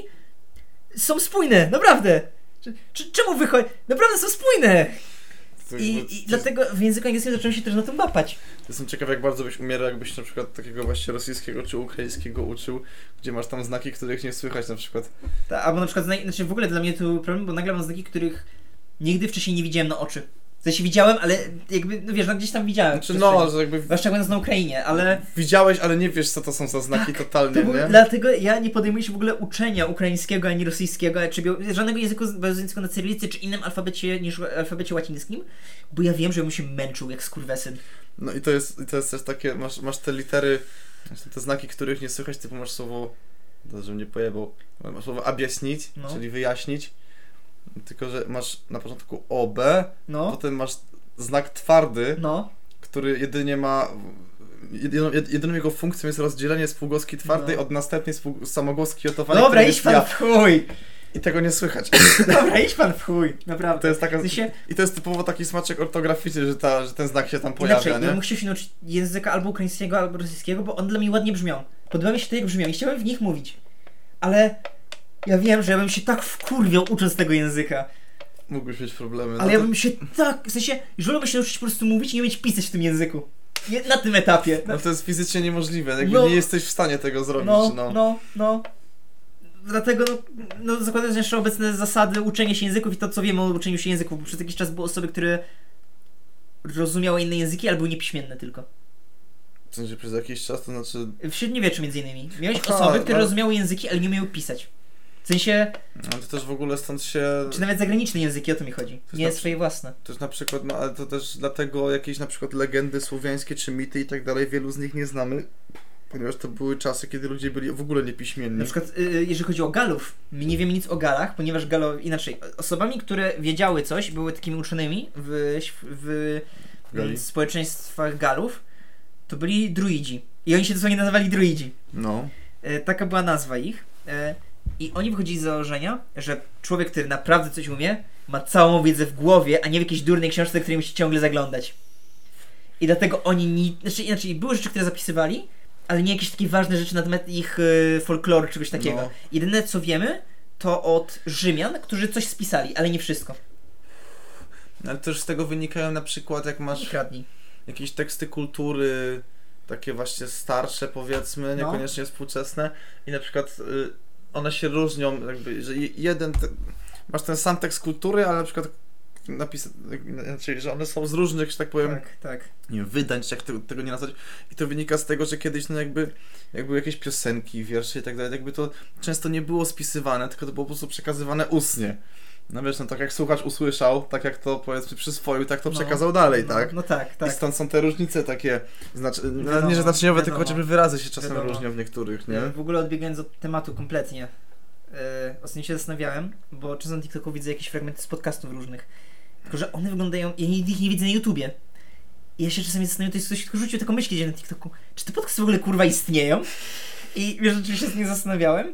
są spójne, naprawdę. Czy, czy, czemu wychodzi? Naprawdę są spójne! To I, jakby- I dlatego w języku angielskim zacząłem się też na tym łapać. Jestem ciekaw, jak bardzo byś umierał, jakbyś na przykład takiego właśnie rosyjskiego czy ukraińskiego uczył, gdzie masz tam znaki, których nie słychać na przykład. Ta, albo na przykład, zna- znaczy w ogóle dla mnie to był problem, bo nagle mam znaki, których nigdy wcześniej nie widziałem na oczy. W sensie widziałem, ale jakby, no wiesz, no gdzieś tam widziałem. Znaczy przestrzeni. no, że jakby Zwłaszcza będąc na Ukrainie, ale widziałeś, ale nie wiesz co to są za znaki totalnie, to był, nie? dlatego ja nie podejmuję się w ogóle uczenia ukraińskiego ani rosyjskiego, czy bio- żadnego języku bazującego na cyrylicy czy innym alfabecie niż alfabecie łacińskim, bo ja wiem, że bym się męczył jak skurwesyn. No i to jest, i to jest też takie, masz, masz te litery, masz te znaki, których nie słychać, typu masz słowo, to żebym nie pojebał, masz słowo objaśnić, No. czyli wyjaśnić, tylko że masz na początku O B, No, potem masz znak twardy, no, który jedynie ma, jedyną, jedyną jego funkcją jest rozdzielenie spółgłoski twardej No. od następnej spół, samogłoski otowanej, dobra, którym idź jest pan ja. w chuj! I tego nie słychać. Dobra, idź pan w chuj, naprawdę. To jest taka, W sensie, I to jest typowo taki smaczek ortograficzny, że, ta, że ten znak się tam pojawia, inaczej, ja nie? bym chciał się nauczyć języka albo ukraińskiego, albo rosyjskiego, bo one dla mnie ładnie brzmią. Podoba mi się to, jak brzmią i chciałem w nich mówić. Ale ja wiem, że ja bym się tak wkurwiał ucząc tego języka. Mógłbyś mieć problemy. Ale no ja to- bym się tak, w sensie, już wolałbym się nauczyć po prostu mówić i nie umieć pisać w tym języku. Nie, na tym etapie. No to jest fizycznie niemożliwe, jakby No. nie jesteś w stanie tego zrobić, No, no. no, no. Dlatego, no, no zakładając że jeszcze obecne zasady uczenia się języków i to, co wiemy o uczeniu się języków, bo przez jakiś czas były osoby, które rozumiały inne języki, ale były niepiśmienne tylko. W sensie przez jakiś czas, to znaczy... W średniowieczu między innymi. Miałeś Aha, osoby, które no. rozumiały języki, ale nie umiały pisać. W sensie, No to też w ogóle stąd się... czy nawet zagraniczne języki, o to mi chodzi. jest Nie na- swoje własne. Też na przykład, no ale to też dlatego jakieś na przykład legendy słowiańskie czy mity i tak dalej, wielu z nich nie znamy, ponieważ to były czasy, kiedy ludzie byli w ogóle niepiśmienni. Na przykład, y, jeżeli chodzi o Galów, my nie wiemy nic o Galach, ponieważ Galo, inaczej, osobami, które wiedziały coś, były takimi uczonymi w, w, Gali. w społeczeństwach Galów, to byli druidzi. I oni się dosłownie nazywali druidzi. No. E, taka była nazwa ich. E, I oni wychodzili z założenia, że człowiek, który naprawdę coś umie, ma całą wiedzę w głowie, a nie w jakiejś durnej książce, której musi ciągle zaglądać. I dlatego oni ni... Znaczy, inaczej, były rzeczy, które zapisywali, ale nie jakieś takie ważne rzeczy na temat ich e, folkloru, czegoś takiego. No. Jedyne co wiemy, to od Rzymian, którzy coś spisali, ale nie wszystko. Ale też z tego wynikają na przykład, jak Nie masz kradnij. jakieś teksty kultury, takie właśnie starsze powiedzmy, No. niekoniecznie współczesne i na przykład y, one się różnią, jakby, że je- jeden, te, masz ten sam tekst kultury, ale na przykład napis, znaczy, że one są z różnych, że tak powiem, Tak, tak. nie wiem, wydań, czy jak tego, tego nie nazwać. I to wynika z tego, że kiedyś no jakby, jak były jakieś piosenki, wiersze i tak dalej, jakby to często nie było spisywane, tylko to było po prostu przekazywane ustnie. No wiesz, no tak jak słuchacz usłyszał, tak jak to powiedzmy przyswoił, tak to No, przekazał dalej, no, tak? No tak, I tak. stąd są te różnice takie, znaczy, no, Wiadomo, nie że znaczeniowe, wiadomo. tylko chociażby wyrazy się czasem Wiadomo. różnią w niektórych, nie? W ogóle odbiegając od tematu kompletnie. Yy, ostatnio się zastanawiałem, bo często na TikToku widzę jakieś fragmenty z podcastów różnych. Tylko, że one wyglądają, ja ich nie, nie widzę na YouTubie. I ja się czasami zastanawiam, to jest ktoś, kto rzucił taką myśl gdzieś na TikToku, czy te podcasty w ogóle kurwa istnieją? I wiesz, rzeczywiście się nie zastanawiałem,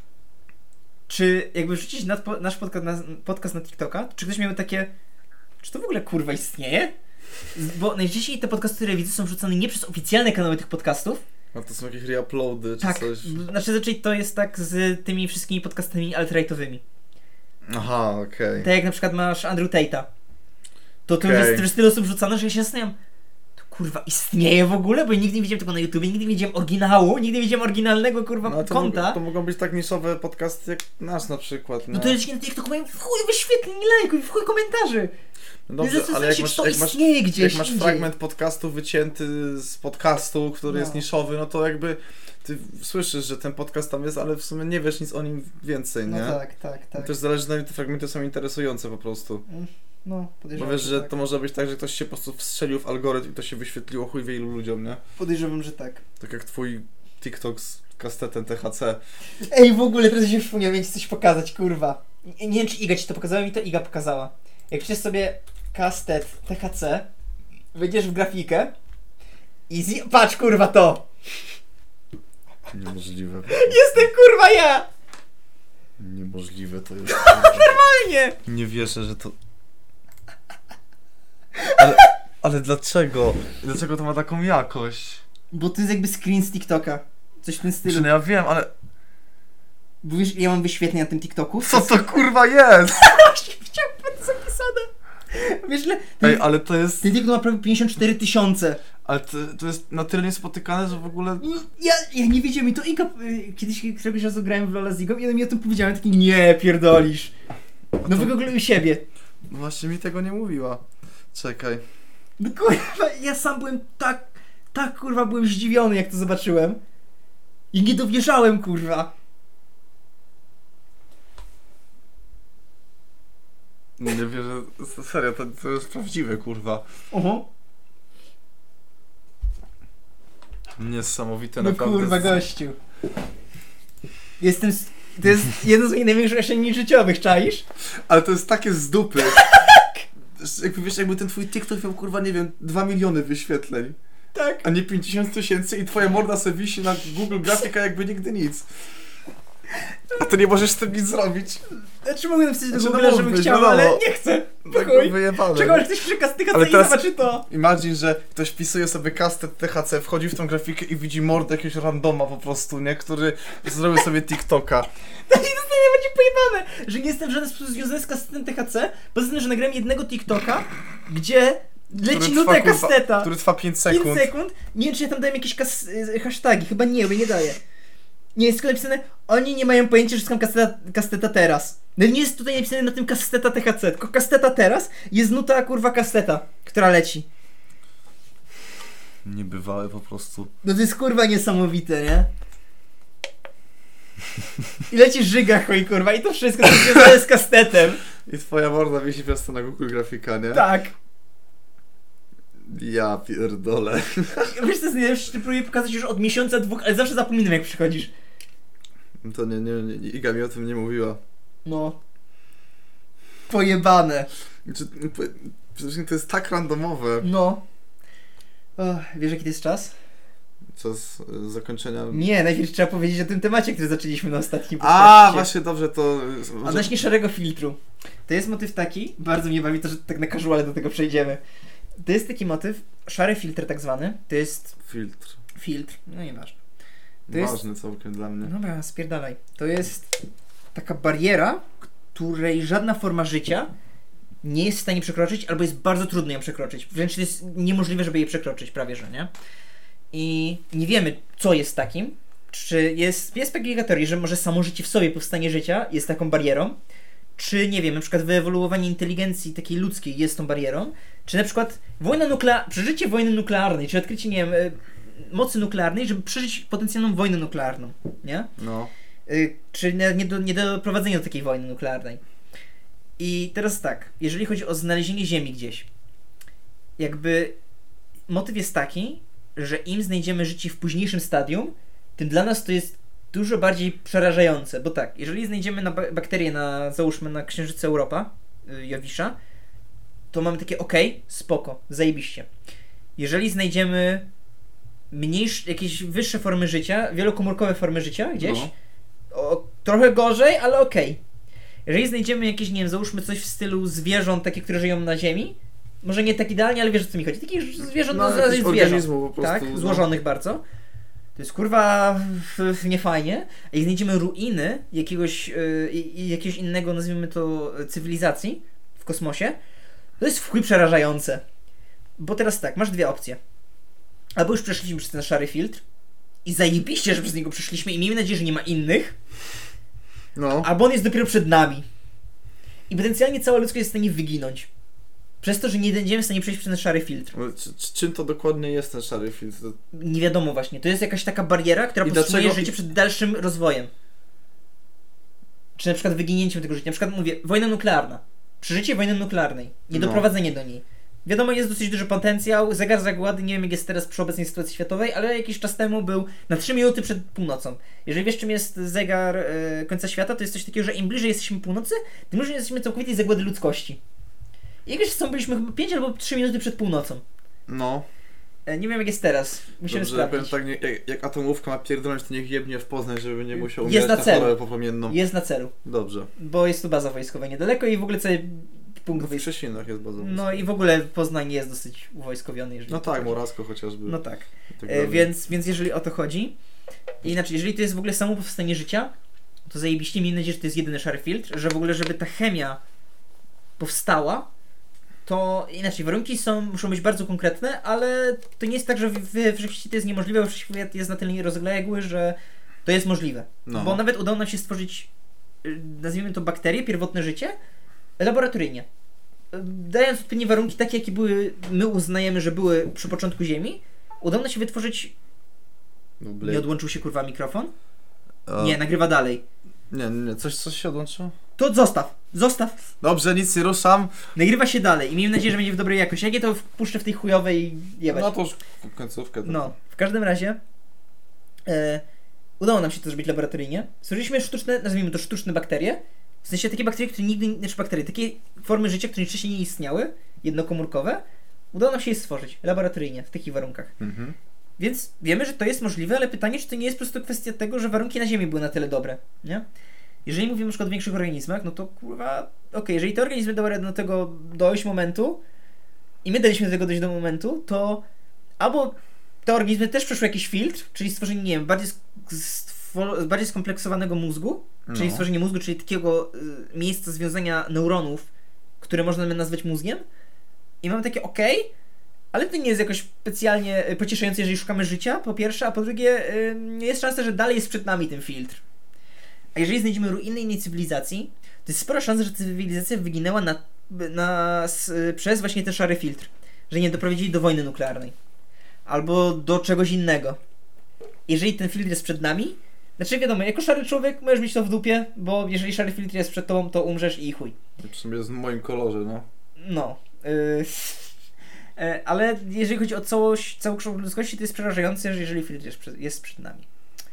czy jakby rzucić nad, po, nasz podcast na, podcast na TikToka, czy ktoś miałby takie, czy to w ogóle kurwa istnieje? Bo najczęściej te podcasty, które widzę, są rzucane nie przez oficjalne kanały tych podcastów. A to są jakieś reuploady czy Tak, coś. znaczy zazwyczaj to jest tak z tymi wszystkimi podcastami alt-rightowymi. Aha, okej. Tak jak na przykład masz Andrew Tate'a. To to Okej. już jest już tyle osób rzucane, że ja się zastanawiam, to kurwa istnieje w ogóle? Bo ja nigdy nie widziałem tego na YouTubie, nigdy nie widziałem oryginału, nigdy nie widziałem oryginalnego kurwa No, to, konta. mogą, to mogą być tak niszowe podcasty jak nasz na przykład, nie? No to jest na TikToku mają w chuj wyświetleń, lajków, w chuj komentarzy. No Więc dobrze, ale jak się, masz, czy to jak masz, istnieje gdzieś jak masz indziej. fragment podcastu wycięty z podcastu, który No. jest niszowy, no to jakby ty słyszysz, że ten podcast tam jest, ale w sumie nie wiesz nic o nim więcej, nie? No tak, tak, No tak. też zależy, na ile te fragmenty są interesujące po prostu. No, Bo podejrzewam, wiesz, że tak. to może być tak, że ktoś się po prostu wstrzelił w algorytm i to się wyświetliło chuj wie ilu ludziom, nie? Podejrzewam, że tak. Tak jak twój TikTok z kastetem T H C. Ej, w ogóle teraz się przypomniałem, więc coś pokazać, kurwa. Nie, nie wiem, czy Iga ci to pokazała, mi to Iga pokazała. Jak piszesz sobie kastet T H C, wejdziesz w grafikę i zje... patrz, kurwa, to! Niemożliwe. Jestem, kurwa, ja! Niemożliwe to jest. Nie! Nie wierzę, że to... Ale, ale dlaczego? Dlaczego to ma taką jakość? Bo to jest jakby screen z TikToka. Coś w tym stylu. Znaczy, no ja wiem, ale... Bo wiesz, ja mam wyświetleń na tym TikToku. Co to kurwa jest? Chciałem to zapisane. Wiesz, że Ej, ale to jest... ten TikTok ma prawie pięćdziesiąt cztery tysiące. Ale to, to jest na tyle niespotykane, że w ogóle... Ja, ja nie wiedziałem i to Iga, y, kiedyś któregoś razu grałem w Lola z Igą i on mi o tym powiedziałem, taki nie, pierdolisz. No wygoogluj u siebie. Właśnie mi tego nie mówiła. Czekaj. No kurwa, ja sam byłem tak, tak kurwa byłem zdziwiony jak to zobaczyłem. I nie dowierzałem, kurwa. Nie wierzę, serio, to, to jest prawdziwe, kurwa. Oho. Niesamowite, No naprawdę. kurwa, gościu. Jestem, s- to jest jedno z moich największych osiągnięć życiowych, czaisz? Ale to jest takie z dupy. Jakby wiesz, jakby ten twój TikTok miał, kurwa, nie wiem, dwa miliony wyświetleń. Tak. A nie pięćdziesiąt tysięcy i twoja morda se wisi na Google Grafika jakby nigdy nic. A ty nie możesz z tym nic zrobić. Znaczy mogę napisać do Znaczy, Google'a, no żebym mów, chciał, wiadomo. ale nie chcę. Tak Chuj. wyjebane. Czego, ale ktoś przekastyka Ale i teraz- zobaczy to. Imagine, że ktoś wpisuje sobie kastet T H C, wchodzi w tą grafikę i widzi mordę jakiegoś randoma po prostu, nie? Który zrobił sobie TikToka. To jest najbardziej pojebane, że nie jestem w żaden sposób związany z kastetem T H C, poza tym, że nagrałem jednego TikToka, gdzie leci Który nuta trwa, kurwa, kasteta. Który trwa pięć sekund. pięć sekund. Nie wiem, czy ja tam dałem jakieś kas- y, hasztagi, chyba nie, bo nie daję. Nie, jest tylko napisane, oni nie mają pojęcia, że słucham kasteta, kasteta teraz. No nie jest tutaj napisane na tym kasteta T H C, tylko kasteta teraz jest nuta kurwa kasteta, która leci. Niebywałe po prostu. No to jest kurwa niesamowite, nie? I leci żyga chuj kurwa i to wszystko to jest związane z kastetem. I twoja morda wisi prosto na Google Grafika, nie? Tak. Ja pierdolę. Wiesz co jest najlepsze, ty próbuję pokazać już od miesiąca, dwóch, ale zawsze zapominam jak przychodzisz. To nie, nie, nie, Iga mi o tym nie mówiła. No. Pojebane. Znaczy, po- przede wszystkim to jest tak randomowe. No. Och, wiesz jaki to jest czas? Co z z zakończenia... Nie, najpierw trzeba powiedzieć o tym temacie, który zaczęliśmy na ostatnim A, podcaście. właśnie, dobrze, to... Odnośnie szarego filtru. To jest motyw taki, bardzo mnie bawi to, że tak na casuale do tego przejdziemy. To jest taki motyw, szary filtr tak zwany, to jest Filtr. filtr, no nieważne. To jest- Ważny całkiem dla mnie. Dobra, spierdalaj. To jest taka bariera, której żadna forma życia nie jest w stanie przekroczyć, albo jest bardzo trudno ją przekroczyć. Wręcz jest niemożliwe, żeby jej przekroczyć, prawie że, nie? I nie wiemy, co jest takim. Czy jest, jest takiej teorii, że może samo życie w sobie, powstanie życia jest taką barierą, czy nie wiem, na przykład wyewoluowanie inteligencji takiej ludzkiej jest tą barierą, czy na przykład wojna nuklearna, przeżycie wojny nuklearnej, czy odkrycie, nie wiem, mocy nuklearnej, żeby przeżyć potencjalną wojnę nuklearną, nie? No. Y, czy nie, nie, do, nie do doprowadzenia do takiej wojny nuklearnej. I teraz tak, jeżeli chodzi o znalezienie Ziemi gdzieś, jakby motyw jest taki, że im znajdziemy życie w późniejszym stadium, tym dla nas to jest dużo bardziej przerażające, bo tak, jeżeli znajdziemy na ba- bakterię na, załóżmy, na Księżycu Europa, y, Jowisza, to mamy takie okej, spoko, zajebiście. Jeżeli znajdziemy mniejsze, jakieś wyższe formy życia, wielokomórkowe formy życia gdzieś, No. o, trochę gorzej, ale okej. Jeżeli znajdziemy jakieś, nie wiem, załóżmy coś w stylu zwierząt, takie, które żyją na Ziemi, może nie tak idealnie, ale wiesz, o co mi chodzi, takich zwierząt, No, no, jakichś zwierząt, organizmów po prostu, tak, no. złożonych bardzo. To jest kurwa niefajnie. A jak znajdziemy ruiny jakiegoś, yy, jakiegoś innego, nazwijmy to, cywilizacji w kosmosie, to jest w chuj przerażające. Bo teraz tak, masz dwie opcje. Albo już przeszliśmy przez ten szary filtr i zajebiście, że przez niego przeszliśmy i miejmy nadzieję, że nie ma innych, No. albo on jest dopiero przed nami. I potencjalnie cała ludzkość jest w stanie wyginąć. Przez to, że nie będziemy w stanie przejść przez ten szary filtr. Ale czy, czy, czym to dokładnie jest ten szary filtr? To... Nie wiadomo właśnie. To jest jakaś taka bariera, która I powstrzymuje dlaczego- życie przed dalszym rozwojem. Czy na przykład wyginięciem tego życia. Na przykład mówię, wojna nuklearna. Przeżycie wojny nuklearnej. Niedoprowadzenie do niej. Wiadomo, jest dosyć duży potencjał. Zegar zagłady, nie wiem jak jest teraz przy obecnej sytuacji światowej, ale jakiś czas temu był na trzy minuty przed północą. Jeżeli wiesz czym jest zegar e, końca świata, to jest coś takiego, że im bliżej jesteśmy północy, tym bliżej jesteśmy całkowitej zagłady ludzkości. I jakoś są byliśmy chyba pięć albo trzy minuty przed północą. No. E, nie wiem jak jest teraz. Musimy Dobrze, sprawdzić. powiem tak, nie, jak, jak atomówka ma pierdolnąć, to niech jebnie w Poznań, żeby nie musiał Jest umierać na na celu. chorobę popromienną. Jest na celu. Dobrze. Bo jest tu baza wojskowa niedaleko i w ogóle cały punkt No w wyjścia. Przesinach jest baza. No i w ogóle Poznań jest dosyć uwojskowiony. Jeżeli No o to tak, chodzi. Morasko chociażby. No tak. i tak E, dalej. więc, więc jeżeli o to chodzi, inaczej, jeżeli to jest w ogóle samo powstanie życia, to zajebiście, miejmy nadzieję, że to jest jedyny szary filtr, że w ogóle, żeby ta chemia powstała, to inaczej, warunki są, muszą być bardzo konkretne, ale to nie jest tak, że w, w wszechświecie to jest niemożliwe, bo wszechświat jest na tyle rozległy, że to jest możliwe. No. Bo nawet udało nam się stworzyć, y, nazwijmy to bakterie, pierwotne życie, laboratoryjnie. Y, Dając odpowiednie warunki, takie jakie były, my uznajemy, że były przy początku Ziemi, udało nam się wytworzyć... No, Nie blej. odłączył się kurwa mikrofon? A, Nie, nagrywa dalej. nie, nie, coś, coś się odłączyło? To zostaw, zostaw. Dobrze, nic nie ruszam. Nagrywa się dalej i miejmy nadzieję, że będzie w dobrej jakości. Jak ja to wpuszczę w tej chujowej jebać. No to już końcówkę. to- No, w każdym razie e, udało nam się to zrobić laboratoryjnie. Stworzyliśmy sztuczne, nazwijmy to sztuczne bakterie. W sensie takie bakterie, które nigdy, znaczy bakterie, takie formy życia, które wcześniej nie istniały, jednokomórkowe. Udało nam się je stworzyć laboratoryjnie, w takich warunkach. Mhm. Więc wiemy, że to jest możliwe, ale pytanie, czy to nie jest po prostu kwestia tego, że warunki na Ziemi były na tyle dobre, nie? Jeżeli mówimy na przykład o większych organizmach, no to kurwa, okej, jeżeli te organizmy dały radę do tego dojść momentu i my daliśmy do tego dojść do momentu, to albo te organizmy też przeszły jakiś filtr, czyli stworzenie, nie wiem, bardziej, stwo- bardziej skompleksowanego mózgu, czyli No. stworzenie mózgu, czyli takiego y, miejsca związania neuronów, które można by nazwać mózgiem. I mamy takie okej, ale to nie jest jakoś specjalnie y, pocieszające, jeżeli szukamy życia, po pierwsze, a po drugie y, jest szansa, że dalej jest przed nami ten filtr. A jeżeli znajdziemy ruiny innej cywilizacji, to jest spora szansa, że cywilizacja wyginęła na, na, s, przez właśnie ten szary filtr. Że nie doprowadzili do wojny nuklearnej. Albo do czegoś innego. Jeżeli ten filtr jest przed nami, znaczy wiadomo, jako szary człowiek możesz mieć to w dupie, bo jeżeli szary filtr jest przed tobą, to umrzesz i chuj. W sumie jest w moim kolorze, no. No. Yy, e, ale jeżeli chodzi o całość, całą kształt ludzkości, to jest przerażające, że jeżeli filtr jest przed, jest przed nami.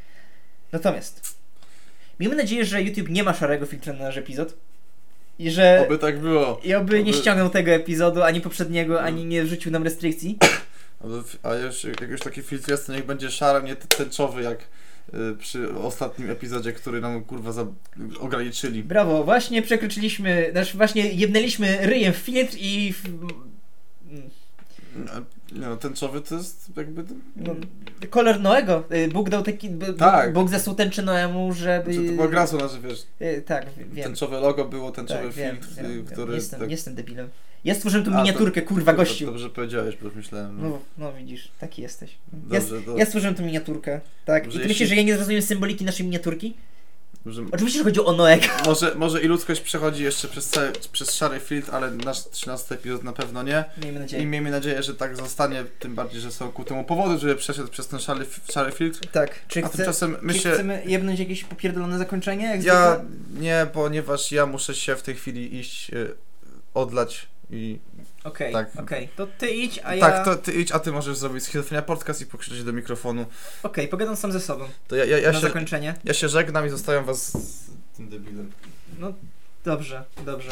Natomiast miejmy nadzieję, że YouTube nie ma szarego filtra na nasz epizod. I że... Oby tak było. I oby nie Oby- ściągnął tego epizodu, ani poprzedniego, ani nie wrzucił nam restrykcji. Oby, a już, jak już taki filtr jest, to niech będzie szary, nie tęczowy, jak y, przy ostatnim epizodzie, który nam kurwa za, ograniczyli. Brawo, właśnie przekroczyliśmy, znaczy właśnie jebnęliśmy ryjem w filtr i... W... No, tęczowy to jest jakby... No, kolor Noego. Y, Bóg dał taki... B, Tak. Bóg zesłał tęczy Noemu, żeby... Że to była gra słona, że wiesz, Y, tak, wiem. tęczowe logo było, tęczowy Tak, wiem, filtr, wiem, y, wiem. który... Jestem, tak... jestem debilem. Ja stworzyłem tą A, miniaturkę, to- kurwa, to- gościu. Dobrze powiedziałeś, bo już myślałem. No. No, no widzisz, taki jesteś. Ja, Dobrze, to... ja stworzyłem tą miniaturkę, tak? Może I ty jeśli- myślisz, że ja nie zrozumiem symboliki naszej miniaturki? Może, Oczywiście, że chodzi o Noego. może, może i ludzkość przechodzi jeszcze przez, cały, przez szary filtr, ale nasz trzynasty epizod na pewno nie. Miejmy I nadzieję. miejmy nadzieję, że tak zostanie, tym bardziej, że są ku temu powody, żeby przeszedł przez ten szary, szary filtr. Tak, czy, A chce, tymczasem my czy się... chcemy jebnąć jakieś popierdolone zakończenie? Jak Ja zwykle? nie, ponieważ ja muszę się w tej chwili iść, y, odlać i... Okej, tak. okej, to ty idź, a ja... Tak, to ty idź, a ty możesz zrobić schizofrenia podcast i pokrzyczeć do mikrofonu. Okej, pogadam sam ze sobą To ja, ja, ja, na się, zakończenie. ja się żegnam i zostawiam was z tym debilem. No, dobrze, dobrze.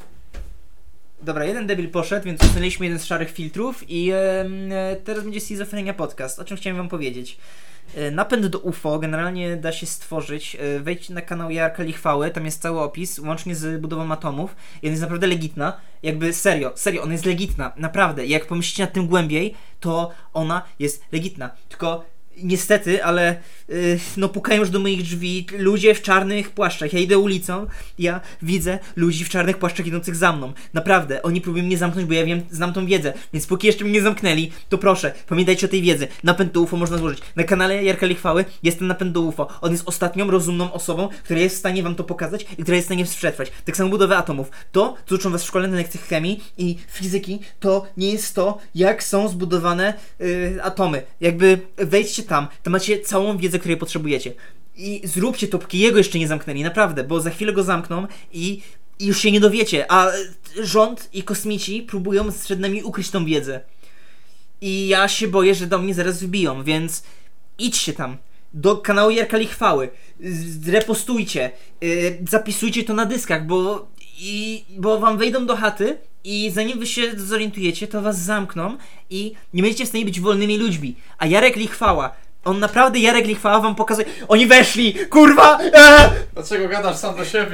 Dobra, jeden debil poszedł, więc usunęliśmy jeden z szarych filtrów i em, e, teraz będzie Schizofrenia Podcast. O czym chciałem wam powiedzieć? E, napęd do U F O generalnie da się stworzyć. E, wejdźcie na kanał Jarka Lichwały, tam jest cały opis, łącznie z budową atomów. I ona jest naprawdę legitna. Jakby serio, serio, ona jest legitna, naprawdę. Jak pomyślicie nad tym głębiej, to ona jest legitna. Tylko niestety, ale yy, no pukają już do moich drzwi ludzie w czarnych płaszczach. Ja idę ulicą, ja widzę ludzi w czarnych płaszczach idących za mną. Naprawdę, oni próbują mnie zamknąć, bo ja wiem, znam tą wiedzę. Więc póki jeszcze mnie nie zamknęli, to proszę, pamiętajcie o tej wiedzy. Napęd do U F O można złożyć. Na kanale Jarka Lichwały jest ten napęd do U F O. On jest ostatnią rozumną osobą, która jest w stanie wam to pokazać i która jest w stanie przetrwać. Tak samo budowę atomów. To, co uczą was w szkole na lekcjach chemii i fizyki, to nie jest to, jak są zbudowane yy, atomy. Jakby wejdźcie tam, to macie całą wiedzę, której potrzebujecie. I zróbcie to, póki jego jeszcze nie zamknęli, naprawdę, bo za chwilę go zamkną i, i już się nie dowiecie, a rząd i kosmici próbują przed nami ukryć tą wiedzę. I ja się boję, że do mnie zaraz wbiją, więc idźcie tam. Do kanału Jarka Lichwały, repostujcie, yy, zapisujcie to na dyskach, bo, i, bo wam wejdą do chaty i zanim wy się zorientujecie, to was zamkną i nie będziecie w stanie być wolnymi ludźmi. A Jarek Lichwała, on naprawdę, Jarek Lichwała wam pokazuje, oni weszli, kurwa! Eee! Dlaczego gadasz sam do siebie?